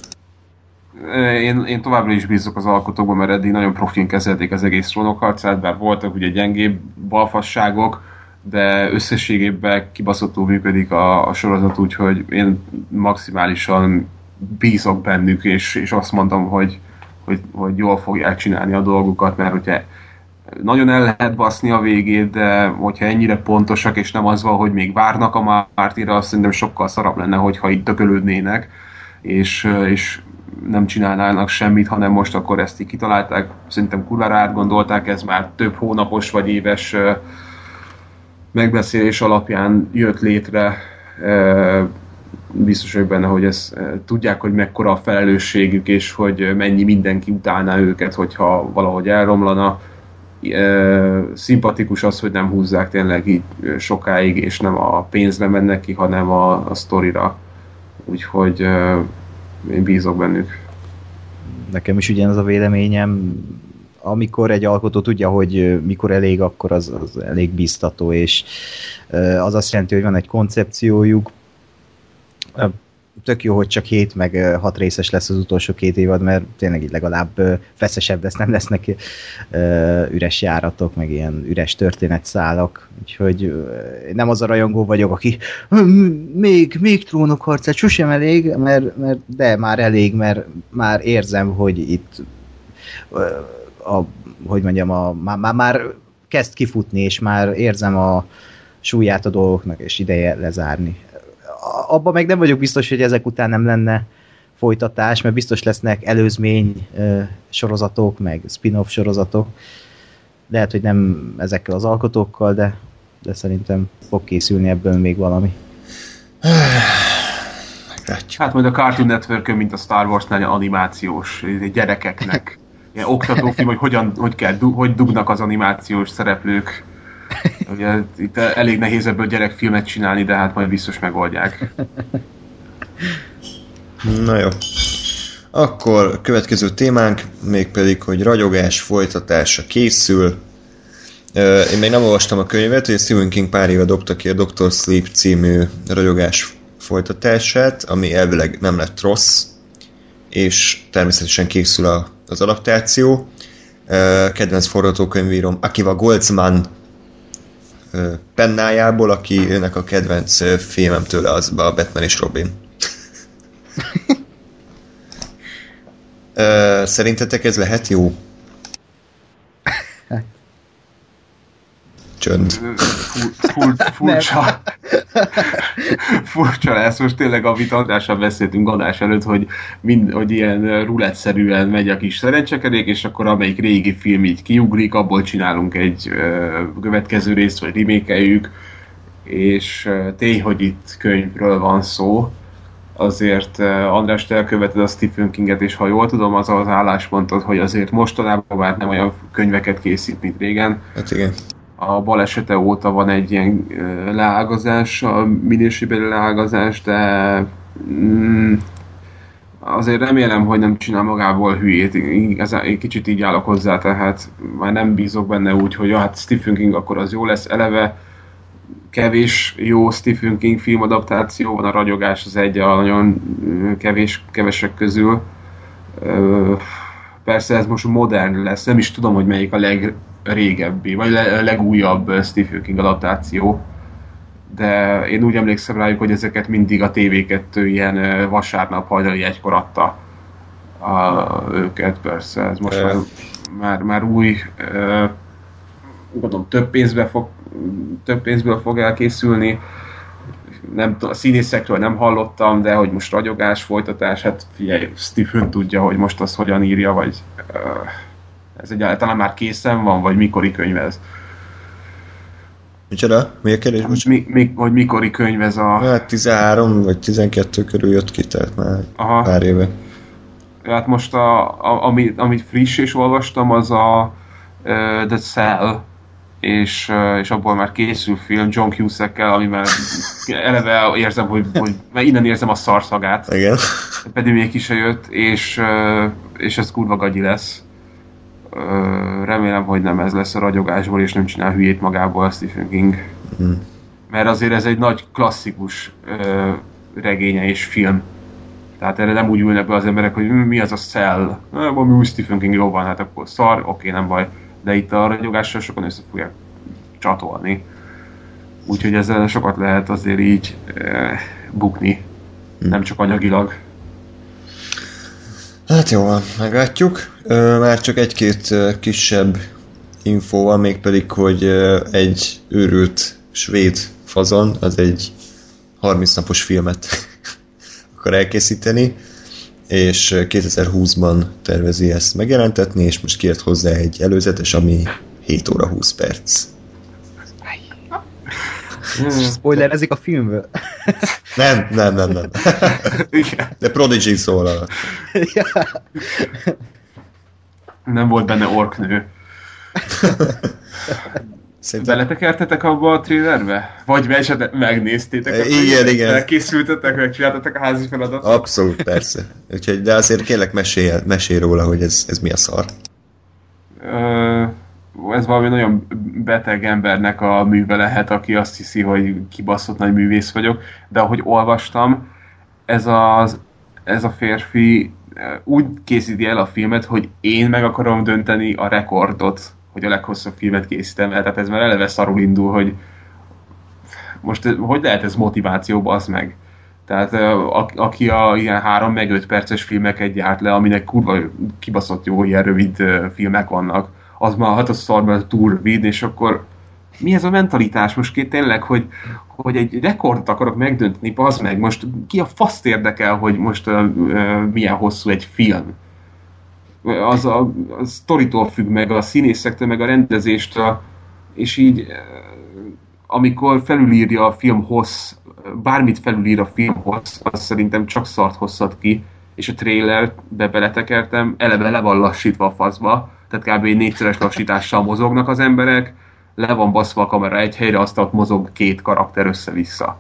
Én továbbra is bízok az alkotókban, mert eddig nagyon profin kezelték az egész Trónokharcát, bár voltak ugye gyengébb balfasságok, de összességében kibaszottul működik a sorozat, úgyhogy én maximálisan bízok bennük, és azt mondom, hogy jól fogják csinálni a dolgukat, mert hogyha nagyon el lehet baszni a végét, de hogyha ennyire pontosak, és nem az van, hogy még várnak a Martinra, azt szerintem sokkal szarabb lenne, hogyha itt tökölődnének, és nem csinálnának semmit, hanem most akkor ezt így kitalálták. Szerintem kurvára átgondolták, ez már több hónapos vagy éves megbeszélés alapján jött létre. Biztos vagyok benne, hogy ezt tudják, hogy mekkora a felelősségük, és hogy mennyi mindenki utálná őket, hogyha valahogy elromlana. Szimpatikus az, hogy nem húzzák tényleg így sokáig, és nem a pénzre mennek ki, hanem a sztorira. Úgyhogy én bízok bennük. Nekem is ugyanaz a véleményem. Amikor egy alkotó tudja, hogy mikor elég, akkor az elég biztató, és az azt jelenti, hogy van egy koncepciójuk. Tök jó, hogy csak 7 meg 6 részes lesz az utolsó 2 évad, mert tényleg így legalább feszesebb lesz, nem lesznek üres járatok, meg ilyen üres történetszálak. Úgyhogy nem az a rajongó vagyok, aki még trónokharcát sosem elég, de már elég, mert már érzem, hogy itt már kezd kifutni, és már érzem a súlyát a dolgoknak, és ideje lezárni. Abban meg nem vagyok biztos, hogy ezek után nem lenne folytatás, mert biztos lesznek előzmény sorozatok, meg spin-off sorozatok. Lehet, hogy nem ezekkel az alkotókkal, de szerintem fog készülni ebből még valami. Hát majd a Cartoon Network-ön, mint a Star Wars-nál animációs gyerekeknek. Ilyen oktatófilm, hogy dugnak az animációs szereplők. Ugye, itt elég nehéz ebből gyerekfilmet csinálni, de hát majd biztos megoldják. Na jó. Akkor következő témánk, mégpedig, hogy ragyogás folytatása készül. Én még nem olvastam a könyvet, hogy Stephen King pár éve dobta ki a Dr. Sleep című ragyogás folytatását, ami elvileg nem lett rossz, és természetesen készül az adaptáció. Kedvenc forgatókönyvíróm Akiva Goldsman pennájából, akinek a kedvenc filmem tőle az a Batman és Robin. Szerintetek ez lehet jó? Csönd. Furcsa lesz, most tényleg amit adással beszéltünk adás előtt, hogy ilyen rulettszerűen megy a kis szerencsekerék, és akkor amelyik régi film így kiugrik, abból csinálunk egy következő részt, vagy remake-eljük, és tény, hogy itt könyvről van szó, azért András, te elköveted a Stephen Kinget, és ha jól tudom, az az álláspontot, hogy azért mostanában már nem olyan könyveket készít, mint régen. Hát igen. A balesete óta van egy ilyen leágazás, a minőségbeli leágazás, de azért remélem, hogy nem csinál magából hülyét. Én kicsit így állok hozzá, tehát már nem bízok benne úgy, hogy hát Stephen King akkor az jó lesz. Eleve kevés jó Stephen King filmadaptáció van, a ragyogás az egy a nagyon kevesek közül. Persze ez most modern lesz, nem is tudom, hogy melyik a legrégebbi, vagy a legújabb Stephen King adaptáció, de én úgy emlékszem rájuk, hogy ezeket mindig a TV2 ilyen vasárnap hajnali 1-kor adta őket, persze ez most már új, gondolom több pénzből fog elkészülni. Nem, a színészekről nem hallottam, de hogy most ragyogás, folytatás, hát figyelj, Stephen tudja, hogy most azt hogyan írja, vagy ez egyáltalán már készen van, vagy mikori könyv ez? Micsoda? Mi a kérdés? Hogy mikori könyv ez a... Hát 13 vagy 12 körül jött ki, tehát már pár éve. Hát most amit friss és olvastam, az a The Cell, és abból már készül film John Cusack-kel, amivel eleve érzem, hogy mert innen érzem a szarszagát. Igen. Pedig még ki se jött, és ez kurva gagyi lesz. Remélem, hogy nem ez lesz a ragyogásból, és nem csinál hülyét magából a Stephen King. Mert azért ez egy nagy klasszikus regénye és film. Tehát erre nem úgy ülnek be az emberek, hogy mi az a Cell. Valami új Stephen King, jó van, hát akkor szar, oké, nem baj. De itt a ragyogással sokan össze fogják csatolni. Úgyhogy ezzel sokat lehet azért így bukni. Nem csak anyagilag. Hát jó, meglátjuk. Már csak egy-két kisebb infó van, mégpedig, hogy egy őrült svéd fazon, az egy 30 napos filmet akar elkészíteni, és 2020-ban tervezi ezt megjelentetni, és most kért hozzá egy előzetes, ami 7 óra 20 perc. Spoilerezik a filmből? Nem. De Prodigy szól. Nem volt benne orknő. Szerintem... Beletekertetek abba a trailerbe? Vagy esetleg megnéztétek? Igen. Elkészültetek, megcsináltatok a házi feladatot? Abszolút, persze. Úgyhogy, de azért kérlek mesélj róla, hogy ez mi a szar. Ez valami nagyon beteg embernek a műve lehet, aki azt hiszi, hogy kibaszott nagy művész vagyok, de ahogy olvastam, ez a férfi úgy készíti el a filmet, hogy én meg akarom dönteni a rekordot, hogy a leghosszabb filmet készítem el, tehát ez már eleve szarul indul, hogy most hogy lehet ez motiváció, bazd meg? Tehát aki ilyen 3 meg 5 perces filmeket gyárt le, aminek kurva kibaszott jó ilyen rövid filmek vannak, az már hát a szarban túl rövid, és akkor mi ez a mentalitás most tényleg, hogy egy rekordot akarok megdönteni, bazd meg, most ki a faszt érdekel, hogy most milyen hosszú egy film? Az a sztoritól függ meg, a színészektől, meg a rendezéstől, és így amikor felülírja a film hossz, bármit felülír a film hossz, az szerintem csak szart hosszat ki, és a trailerbe beletekertem, eleve le van lassítva a faszba, tehát kb. 4-szeres lassítással mozognak az emberek, le van baszva a kamera egy helyre, aztán ott mozog 2 karakter össze-vissza.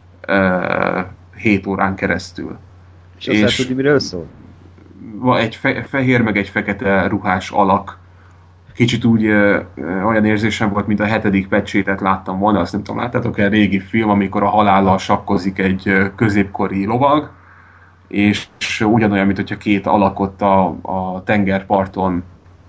7 órán keresztül. És azt lehet tudni, miről szól? Egy fehér, meg egy fekete ruhás alak. Kicsit úgy olyan érzésem volt, mint a 7. pecsétet láttam volna, azt nem tudom, láttátok egy régi film, amikor a halállal sakkozik egy középkori lovag, és ugyanolyan, mint hogyha 2 alakot a tengerparton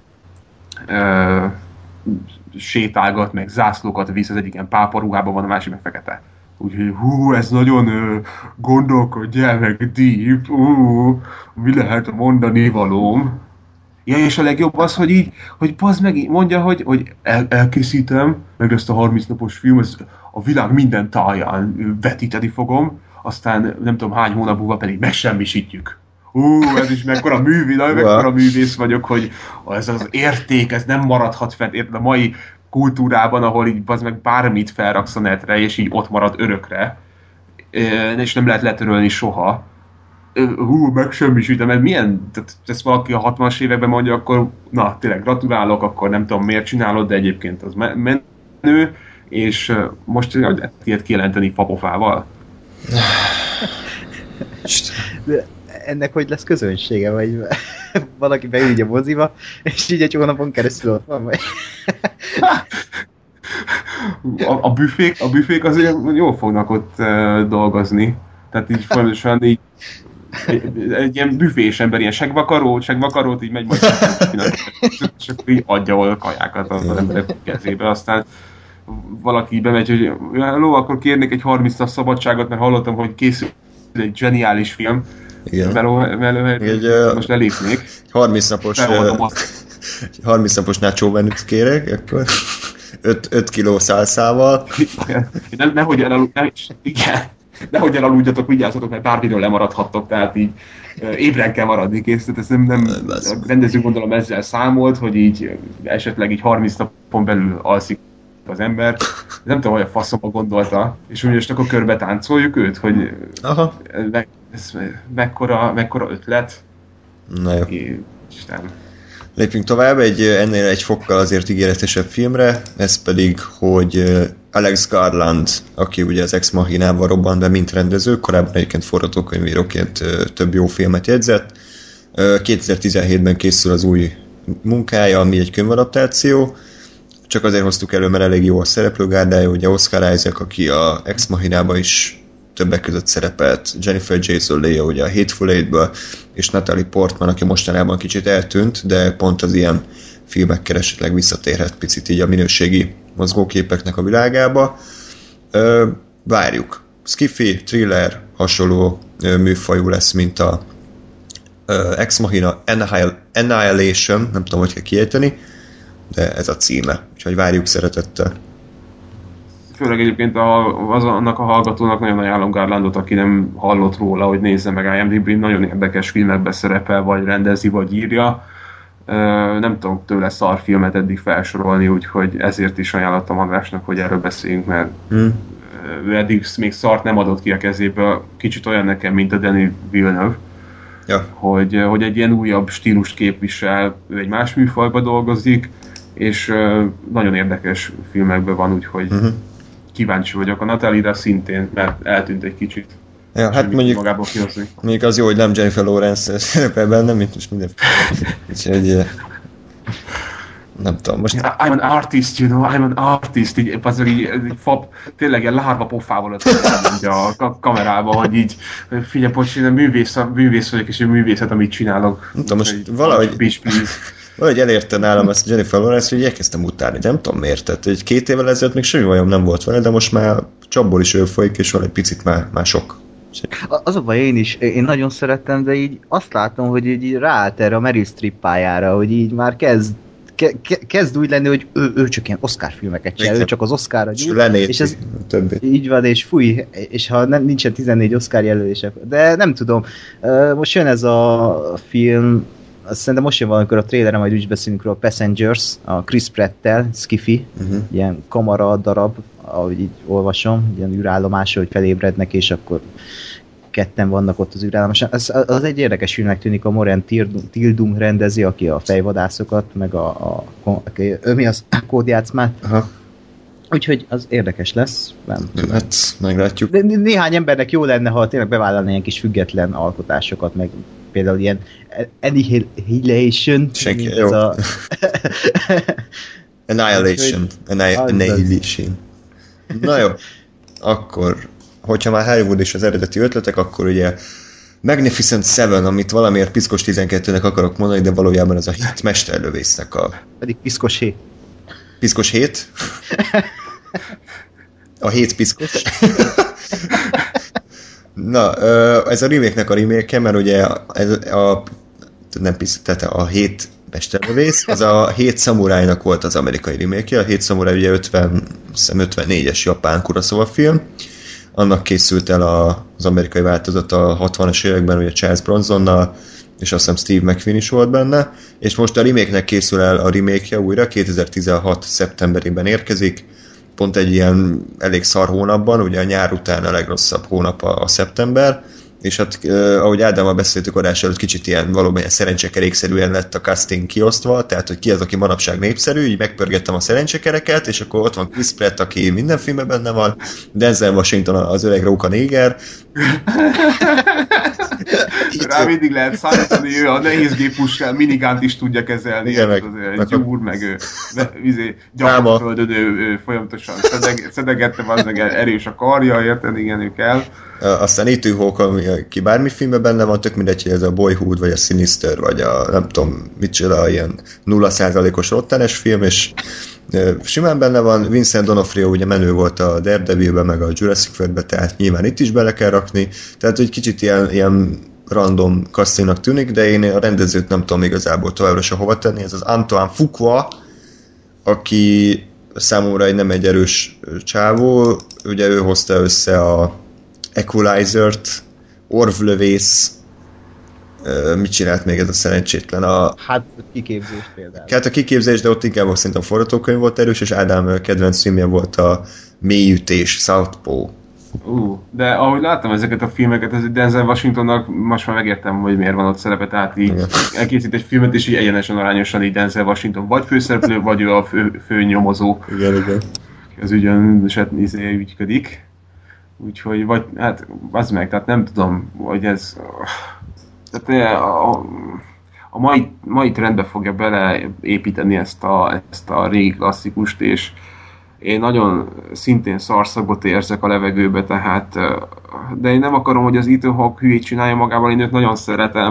sétálgat, meg zászlókat visz, az egyik ilyen páparuhában van, a másik meg fekete. Úgyhogy ez nagyon gondolkodj el, meg deep, mi lehet mondani valóm. Ja, és a legjobb az, hogy bazd meg, mondja, hogy elkészítem, meg ezt a 30 napos film, ezt a világ minden táján vetíteni fogom, aztán nem tudom hány hónap múlva pedig megsemmisítjük. Ez is mekkora művész vagyok, hogy ez az érték, ez nem maradhat fent, érted, a mai kultúrában, ahol így bazd meg bármit felraksz a netre, és így ott marad örökre, és nem lehet letörölni soha. Megsemmisítem, mert milyen, tehát ezt valaki a 60-as években mondja, akkor na, tényleg gratulálok, akkor nem tudom miért csinálod, de egyébként az menő, és most ilyet kijelenteni papofával. De ennek hogy lesz közönsége, vagy valaki beül így a moziba, és így egy hónapon keresztül ott van, vagy... A büfék azért jól fognak ott dolgozni. Tehát így folyamatosan így egy ilyen büfés ember, ilyen segvakarót így megy majd és akkor így adja a kajákat az emberek kezébe, aztán valaki bemegy, hogy hello, akkor kérnék egy 30 nap szabadságot, mert hallottam, hogy készül egy zseniális film. Igen. Most elépnék. 30 napos nacho menüt kérek, akkor 5 kiló szálszával. Nehogy elaludjatok, vigyázzatok, mert bármiről lemaradhattok, tehát így ébren kell maradni, kész. Tehát ezt nem rendező gondolom ezzel számolt, hogy így esetleg így 30 napon belül alszik az ember. Nem tudom, hogy a faszomba gondolta, és úgy most akkor körbe táncoljuk őt, hogy ez mekkora ötlet. Na jó. Isten. Lépjünk tovább, ennél egy fokkal azért ígéretesebb filmre, ez pedig, hogy Alex Garland, aki ugye az Ex Machinával robbant be, mint rendező, korábban egyébként forgatókönyvíróként több jó filmet jegyzett. 2017-ben készül az új munkája, ami egy könyvadaptáció, csak azért hoztuk elő, mert elég jó a szereplőgárdája, ugye Oscar Isaac, aki a Ex Machinában is többek között szerepelt, Jennifer Jason Leigh ugye a Hateful Eight-ből, és Natalie Portman, aki mostanában kicsit eltűnt, de pont az ilyen filmekkel esetleg visszatérhet picit így a minőségi mozgóképeknek a világába. Várjuk. Skiffy, thriller, hasonló műfajú lesz, mint a Ex Machina Annihilation, nem tudom, hogy kell kiejteni, de ez a címe. Úgyhogy várjuk szeretettel. Főleg egyébként annak a hallgatónak nagyon ajánlom Garlandot, aki nem hallott róla, hogy nézze meg IMDb-n, nagyon érdekes filmekben szerepel, vagy rendezi, vagy írja. Nem tudom tőle szarfilmet eddig felsorolni, úgyhogy ezért is ajánlottam Andrásnak, hogy erről beszéljünk, mert ő eddig még szart nem adott ki a kezéből. Kicsit olyan nekem, mint a Denis Villeneuve, hogy egy ilyen újabb stílust képvisel, ő egy más műfajba dolgozik, és nagyon érdekes filmekben van, úgyhogy kíváncsi vagyok. A Natalie-ra szintén, mert eltűnt egy kicsit. Ja, hát mondjuk az jó, hogy nem Jennifer Lawrence szerepel benne, mint most mindenféle. Úgyhogy nem tudom, most... I'm an artist, you know, I'm an artist. Így tényleg ilyen lárva pofával mondja a kamerába, hogy így figyelj, bocs, én művész vagyok, és én művészet, amit csinálok. Nem tudom, most valahogy elérte nálam azt Jennifer Lawrence, hogy elkezdtem utálni, de nem tudom miért. Tehát, hogy 2 évvel ezelőtt még semmi bajom nem volt vele, de most már csapból is ő folyik, és valahogy picit már sok. Az a baj, én nagyon szerettem, de így azt látom, hogy így ráállt erre a Meryl Streep pályára, hogy így már kezd úgy lenni, hogy ő csak ilyen Oscar filmeket csinál, ő csak az Oscarra gyújt, és ez így van, és fúj, és ha nincsen 14 Oscar jelölése, de nem tudom, most jön ez a film, azt szerintem most jön valamikor a trailerre, majd úgy beszélünk róla, Passengers, a Chris Pratt-tel, Skiffy, ilyen kamara darab, ahogy így olvasom, ilyen űrállomásra, hogy felébrednek, és akkor ketten vannak ott az űrállomáson. Az egy érdekes filmnek tűnik, a Moran Tildum rendezi, aki a fejvadászokat, meg ő mi az kódjátszmát. Úgyhogy az érdekes lesz. Hát, meglátjuk. De néhány embernek jó lenne, ha tényleg bevállalna ilyen kis független alkotásokat, meg például ilyen Annihilation. Senki, jó. Annihilation. Na jó, akkor, hogyha már Hollywood és az eredeti ötletek, akkor ugye Magnificent Seven, amit valamiért Piszkos 12-nek akarok mondani, de valójában az a 7 mesterlövésznek a... Pedig Piszkos 7. Piszkos 7? A 7 piszkos? Na, ez a remake-nek a remake-e, mert ugye tehát a 7 mesterlövész, az a 7 szamurájnak volt az amerikai remake-je, a 7 szamuráj ugye 54-es japán Kurosawa film, annak készült el az amerikai változat a 60-as években, ugye Charles Bronsonnal, és azt hiszem Steve McQueen is volt benne, és most a remake-nek készül el a remake-je újra, 2016. szeptemberében érkezik, pont egy ilyen elég szar hónapban, ugye a nyár után a legrosszabb hónap a szeptember, és hát ahogy Ádámmal beszéltük adás előtt, kicsit ilyen valóban ilyen szerencsekerékszerűen lett a casting kiosztva, tehát hogy ki az, aki manapság népszerű, így megpörgettem a szerencsekereket, és akkor ott van Chris Pratt, aki minden filmben benne van, Denzel Washington az öreg róka néger. Rá mindig lehet szállítani, ő a nehézgéppuskán minigánt is tudja kezelni, igen, gyúr, meg gyakorföldön ő folyamatosan szedegette, az meg erős a karja, érted, igen, ő kell. Aztán Ethan Hawke, aki bármi filmben benne van, tök mindegy, hogy ez a Boyhood, vagy a Sinister, vagy a nem tudom, micsoda, ilyen 0%-os rottanes film, és simán benne van. Vincent D'Onofrio ugye menő volt a Daredevilben, meg a Jurassic World-ben, tehát nyilván itt is bele kell rakni, tehát hogy kicsit ilyen random castingnak tűnik, de én a rendezőt nem tudom igazából továbbra se hova tenni, ez az Antoine Fuqua, aki számomra nem egy erős csávó, ugye ő hozta össze a Equalizer-t, Orvlövész, mit csinált még ez a szerencsétlen? Hát kiképzés például. Hát a kiképzés, de ott inkább szerintem a forgatókönyv volt erős, és Ádám kedvenc filmje volt a Mélyütés, Southpaw. De ahogy láttam ezeket a filmeket, ez Denzel Washingtonnak most már megértem, hogy miért van ott szerepe, tehát így elkészít egy filmet, és így egyenesen arányosan így Denzel Washington vagy főszereplő, vagy ő a fő nyomozó. Igen. Az ügyön ügyködik. Úgyhogy, vagy, hát, az meg, tehát nem tudom, hogy ez... Tehát a mai trendbe fogja beleépíteni ezt a régi klasszikust, és én nagyon szintén szarszagot érzek a levegőbe, tehát... De én nem akarom, hogy az Ethan Hawke hülyét csinálja magával, én őt nagyon szeretem.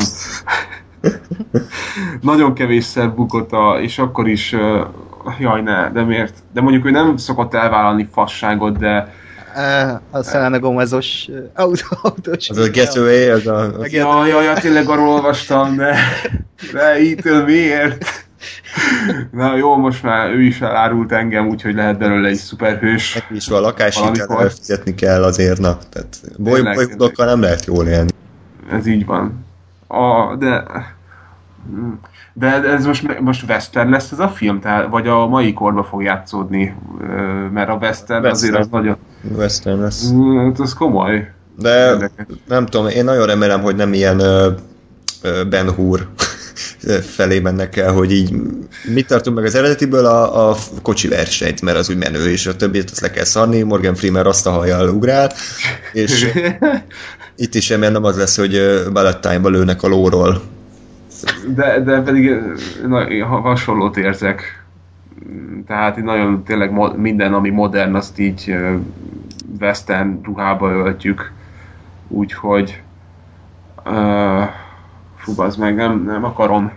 Nagyon kevésszer bukott, és akkor is... Jaj, ne, de miért? De mondjuk ő nem szokott elvállalni fasságot, de... A Selena Gomez-os autós. Az a Getaway, az a... Jaj, tényleg arról olvastam, de Ethan miért? Na jó, most már ő is elárult engem, úgyhogy lehet belőle egy szuperhős. Neki is van lakáshitelre, Valamikor. fizetni kell azért, na. Tehát Tényleg, bolygókkal nem lehet jól élni. Ez így van. De ez most western lesz ez a film? Tehát, vagy a mai korba fog játszódni? Mert a western azért az nagyon... Western lesz. Hát az komoly. De Érdekes. nem tudom, én nagyon remélem, hogy nem ilyen Ben Hur felé mennek el, hogy így mit tartunk meg az eredetiből a kocsi versenyt, mert az úgy menő, és a többit azt le kell szarni, Morgan Freeman rasztahajjal ugrál, és itt is remélem nem az lesz, hogy bullet time-ba lőnek a lóról. De pedig hasonlót érzek. Tehát így nagyon tényleg minden, ami modern, azt így western ruhába öltjük. Úgyhogy fú, az meg nem akarom.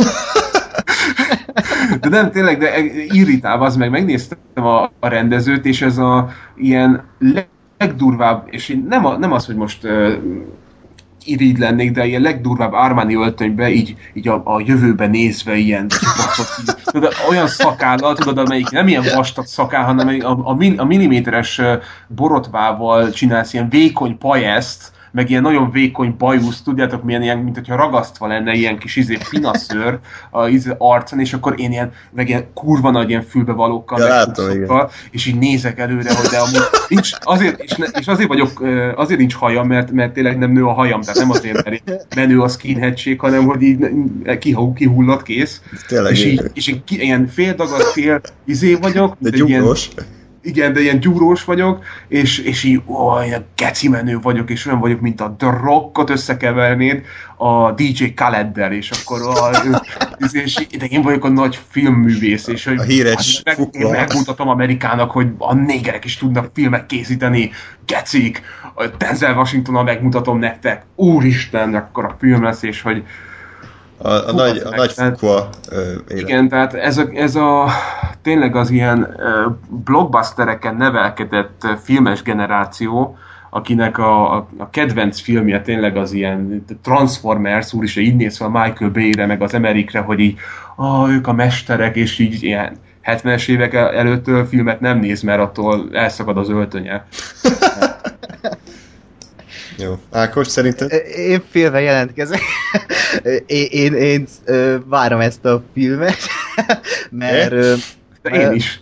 De nem, tényleg, de irritál, az meg megnéztem a rendezőt, és ez a ilyen legdurvább, és nem az, hogy most irigy lennék, de ilyen legdurvább Armani öltönybe, így a jövőbe nézve ilyen tudod, olyan szakállal, tudod, amelyik nem ilyen vastag szakál, hanem a milliméteres borotvával csinálsz ilyen vékony pajeszt, meg ilyen nagyon vékony bajusz, tudjátok milyen ilyen, mint hogyha ragasztva lenne ilyen kis pinaszőr az arcon, és akkor én ilyen, meg ilyen kurva nagy ilyen fülbevalókkal, ja, meg és így nézek előre, hogy de amúgy nincs, és azért vagyok, azért nincs hajam, mert tényleg nem nő a hajam, tehát nem azért, mert menő a skinheadség, hanem hogy így kihullott, kész. Tényleg és így ilyen fél dagadt, fél vagyok. De gyúrós. Igen, de ilyen gyúrós vagyok, és így ilyen geci menő vagyok, és olyan vagyok, mint a The Rockot összekevernéd a DJ Khaleddel, és akkor de én vagyok a nagy filmművész, és a híres én megmutatom Amerikának, hogy a négerek is tudnak filmek készíteni, gecik, Denzel Washingtonnal megmutatom nektek, úristen, akkor a film lesz, és hogy a nagy Fukua igen, tehát ez a tényleg az ilyen blockbustereken nevelkedett filmes generáció, akinek a kedvenc filmje tényleg az ilyen Transformers, úristen, így néz fel Michael Bay-re, meg az Amerikre, hogy így ők a mesterek, és így ilyen 70-es évek előttől filmet nem néz, mert attól elszakad az öltönye. Jó. Ákos, szerinted? Én félve jelentkezek. Én várom ezt a filmet, mert... De én is.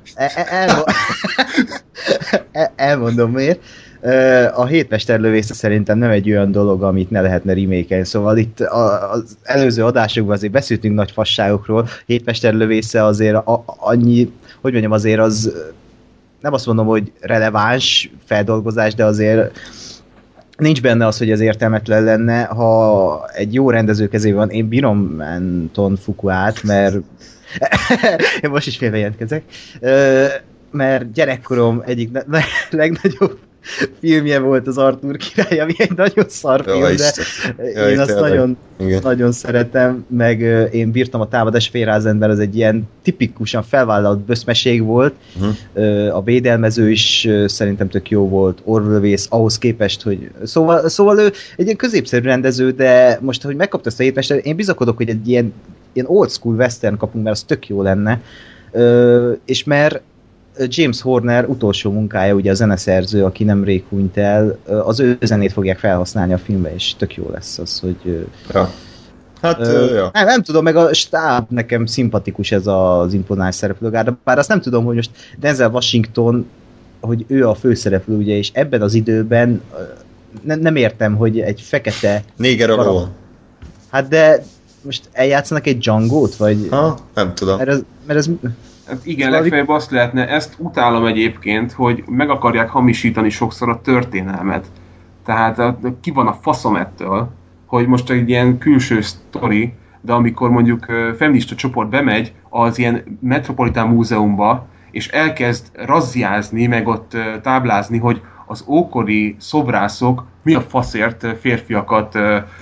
Elmondom miért. A Hétmesterlövésze szerintem nem egy olyan dolog, amit ne lehetne remake-elni. Szóval itt az előző adásokban azért beszéltünk nagy fasságokról. Hétmesterlövésze azért annyi, hogy mondjam, azért az nem azt mondom, hogy releváns feldolgozás, de azért nincs benne az, hogy ez értelmetlen lenne, ha egy jó rendező kezében van. Én bírom Anton Fuquát, mert én most is félbejelentkezek, mert gyerekkorom egyik legnagyobb filmje volt az Arthur király, ami egy nagyon szar film, de én azt nagyon szeretem, meg én bírtam a Támadás Félrázendben, az egy ilyen tipikusan felvállalt böszmeség volt, a Védelmező is szerintem tök jó volt, Orvlövész ahhoz képest, hogy szóval ő egy ilyen középszerű rendező, de most, hogy megkapta ezt a Hétmestert, én bizakodok, hogy egy ilyen old school western kapunk, mert az tök jó lenne, és mert James Horner utolsó munkája, ugye a zeneszerző, aki nemrég hunyt el, az ő zenét fogják felhasználni a filmbe, és tök jó lesz az, hogy... Ja. Hát, ja. Nem tudom, meg a stáb nekem szimpatikus ez az imponáns szereplőgárda, bár azt nem tudom, hogy most Denzel Washington, hogy ő a főszereplő, ugye, és ebben az időben nem értem, hogy egy fekete... Néger alól. Hát de most eljátszanak egy Django-t, vagy... Nem tudom. Mert ez Hát igen, legfeljebb azt lehetne, ezt utálom egyébként, hogy meg akarják hamisítani sokszor a történelmet. Tehát ki van a faszom ettől, hogy most egy ilyen külső sztori, de amikor mondjuk feminista csoport bemegy az ilyen Metropolitán Múzeumba, és elkezd razziázni, meg ott táblázni, hogy az ókori szobrászok mi a faszért férfiakat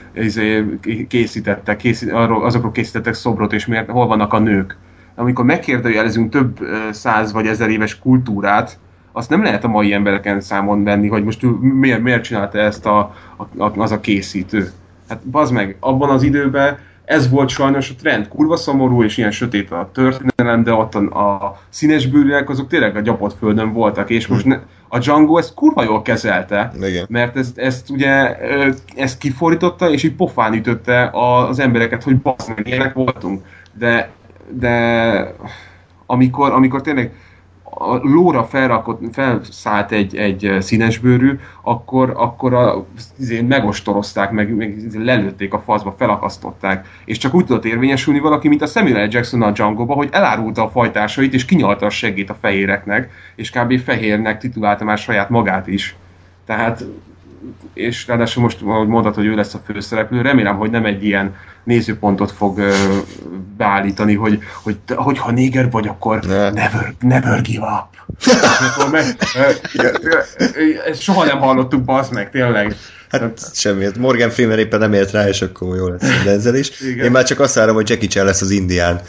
készítettek, azokról készítettek szobrot, és hol vannak a nők. Amikor megkérdőjelezünk több 100 vagy 1000 éves kultúrát, azt nem lehet a mai embereken számon venni, hogy most miért csinálta ezt az a készítő. Hát bazd meg, abban az időben ez volt sajnos a trend. Kurva szomorú, és ilyen sötét a történelem, de ott a színesbőrűek azok tényleg a gyapott földön voltak, és most a Django ezt kurva jól kezelte, igen. mert ezt ugye ezt kifordította, és így pofán ütötte az embereket, hogy bassz meg, ilyenek voltunk. De amikor tényleg a lóra felszállt egy színesbőrű, akkor megostorozták, meg lelőtték a faszba, felakasztották. És csak úgy tudott érvényesülni valaki, mint a Samuel L. Jackson a Django-ba, hogy elárulta a fajtásait, és kinyalta a seggét a fehéreknek, és kb. Fehérnek titulálta már saját magát is. Tehát, és ráadásul most, ahogy mondtad, hogy ő lesz a főszereplő, remélem, hogy nem egy ilyen nézőpontot fog beállítani, hogy ha néger vagy, akkor never give up. Ezt soha nem hallottuk, bazd meg, tényleg. Hát semmiért. Morgan Freeman éppen nem ért rá, és akkor jó lesz ezzel is. Igen. Én már csak azt várom, hogy Jackie Chan lesz az indián.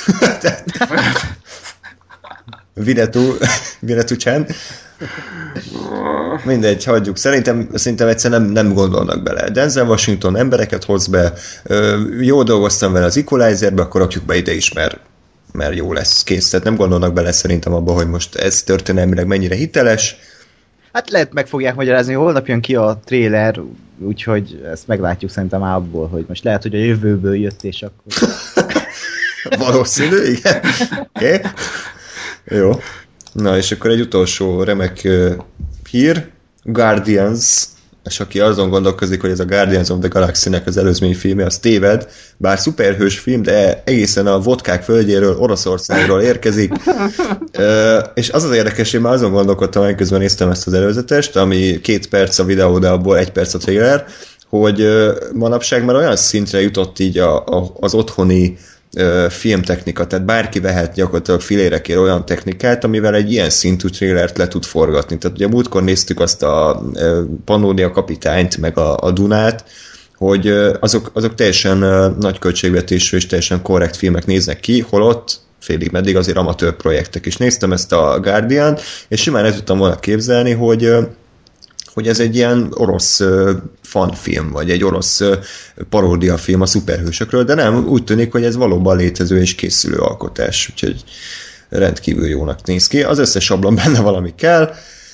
Winnetou Chan. Mindegy, hagyjuk. Szerintem egyszer nem gondolnak bele. Denzel Washington embereket hoz be, jó dolgoztam vele az Equalizerbe, akkor rakjuk be ide is, mert jó lesz, kész. Tehát nem gondolnak bele szerintem abba, hogy most ez történelmileg mennyire hiteles. Hát lehet meg fogják magyarázni, holnap jön ki a trailer, úgyhogy ezt meglátjuk szerintem abból, hogy most lehet, hogy a jövőből jött, és akkor... Valószínű, igen. Okay. Jó. Na, és akkor egy utolsó remek hír, Guardians, és aki azon gondolkozik, hogy ez a Guardians of the Galaxy-nek az előzmény filmje, az téved, bár szuperhős film, de egészen a vodkák földjéről, Oroszországról érkezik. És az érdekes, én már azon gondolkodtam, hogy közben néztem ezt az előzetest, ami 2 perc a videó, de abból 1 perc a trailer, hogy manapság már olyan szintre jutott így az otthoni filmtechnika, tehát bárki vehet gyakorlatilag filérekért olyan technikát, amivel egy ilyen szintű trailert le tud forgatni. Tehát ugye múltkor néztük azt a Pannónia kapitányt, meg a Dunát, hogy azok teljesen nagy költségvetésű és teljesen korrekt filmek néznek ki, holott félig meddig azért amatőr projektek is. Néztem ezt a Guardian-t, és simán el tudtam volna képzelni, hogy ez egy ilyen orosz fanfilm, vagy egy orosz paródiafilm a szuperhősökről, de nem, úgy tűnik, hogy ez valóban létező és készülő alkotás, úgyhogy rendkívül jónak néz ki. Az összes sablon benne valami kell.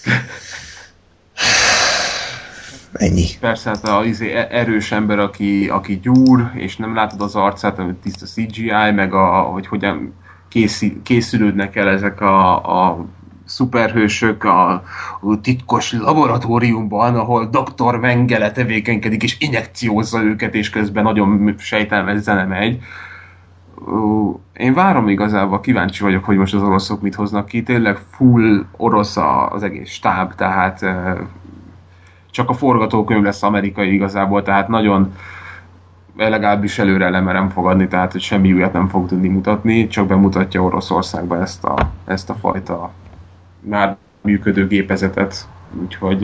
Ennyi. Persze, hát az erős ember, aki gyúr, és nem látod az arcát, amit tiszta CGI, meg hogy hogyan készülődnek el ezek a szuperhősök a titkos laboratóriumban, ahol Dr. Mengele tevékenykedik, és injekciózza őket, és közben nagyon sejtelmes zene megy. Én várom igazából, kíváncsi vagyok, hogy most az oroszok mit hoznak ki. Tényleg full orosz az egész stáb, tehát csak a forgatókönyv lesz amerikai igazából, tehát nagyon legalábbis előre lemerem fogadni, tehát hogy semmi újat nem fog tudni mutatni, csak bemutatja Oroszországba ezt a fajta már működő gépezetet, úgyhogy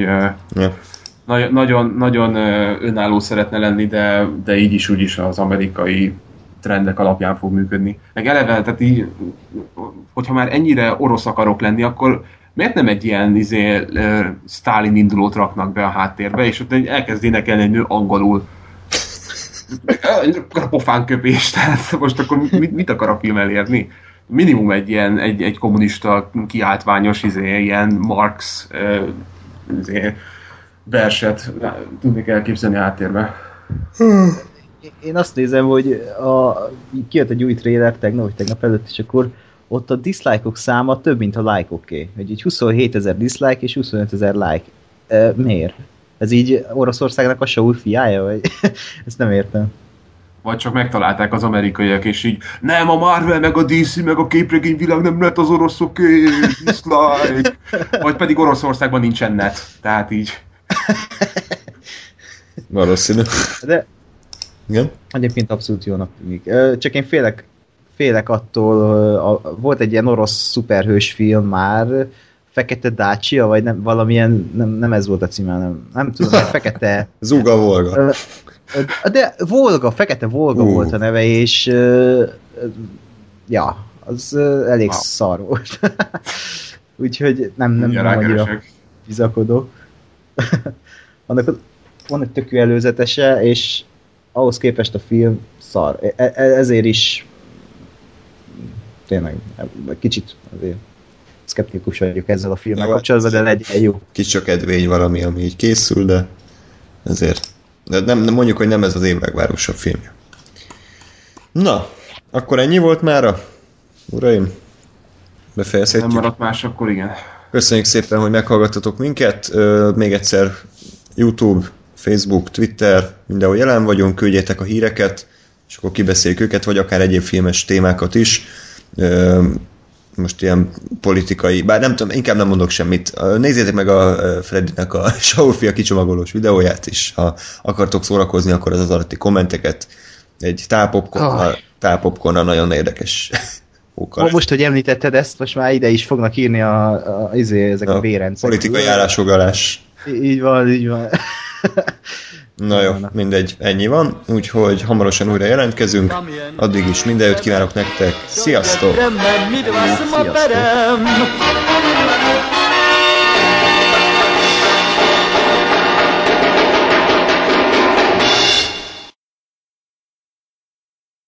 nagyon önálló szeretne lenni, de így is úgy is az amerikai trendek alapján fog működni. Meg eleve, tehát így, hogyha már ennyire orosz akarok lenni, akkor miért nem egy ilyen Sztálin indulót raknak be a háttérbe, és ott elkezd énekelni egy nő angolul. A pofánköpés, tehát most akkor mit akar a film elérni? Minimum egy kommunista kiáltványos ilyen Marx verset tudnék elképzelni a háttérbe. Én azt nézem, hogy kijött egy új trailer tegnap előtt, és akkor ott a dislike-ok száma több, mint a like-oké. Hogy így 27 000 dislike és 25 000 like. Miért? Ez így Oroszországnak a Saul fiája? Vagy? Ezt nem értem. Vagy csak megtalálták az amerikaiak, és így nem, a Marvel, meg a DC, meg a képregényvilág nem lett az oroszoké, dislike. Vagy pedig Oroszországban nincsen net. Tehát így. Valószínű. De igen? Egyébként abszolút jónak tűnik. Csak én félek attól, volt egy ilyen orosz szuperhős film már, Fekete Dacia, vagy nem, valamilyen, nem ez volt a címe, nem tudom, hogy Fekete... Zuga Volga. De Volga, Fekete Volga volt a neve, és ja, az elég szar volt. Úgyhogy nem annyira bizakodok. Van egy tökű előzetese, és ahhoz képest a film szar. Ezért is tényleg kicsit azért szkeptikus vagyok ezzel a filmmel kapcsolatban, de legyen jó. Kicsi kedvény valami, ami így készül, de ezért. De nem mondjuk, hogy nem ez az év legvárosabb filmje. Na, akkor ennyi volt mára? Uraim, befejezhetjük. Nem maradt más, akkor igen. Köszönjük szépen, hogy meghallgattatok minket. Még egyszer YouTube, Facebook, Twitter, mindenhol jelen vagyunk, küldjétek a híreket, és akkor kibeszéljük őket, vagy akár egyéb filmes témákat is. Most ilyen politikai, bár nem tudom, inkább nem mondok semmit. Nézzétek meg a Freddynek a Saul-fia kicsomagolós videóját is, ha akartok szórakozni, akkor az alatti kommenteket egy tálpopcornnal nagyon érdekes ókkal. Most, hogy említetted ezt, most már ide is fognak írni ezek a bérencek. Politikai állásfoglalás. Így van. Na jó, mindegy, ennyi van, úgyhogy hamarosan újra jelentkezünk, addig is minden jót kívánok nektek, sziasztok! Sziasztok!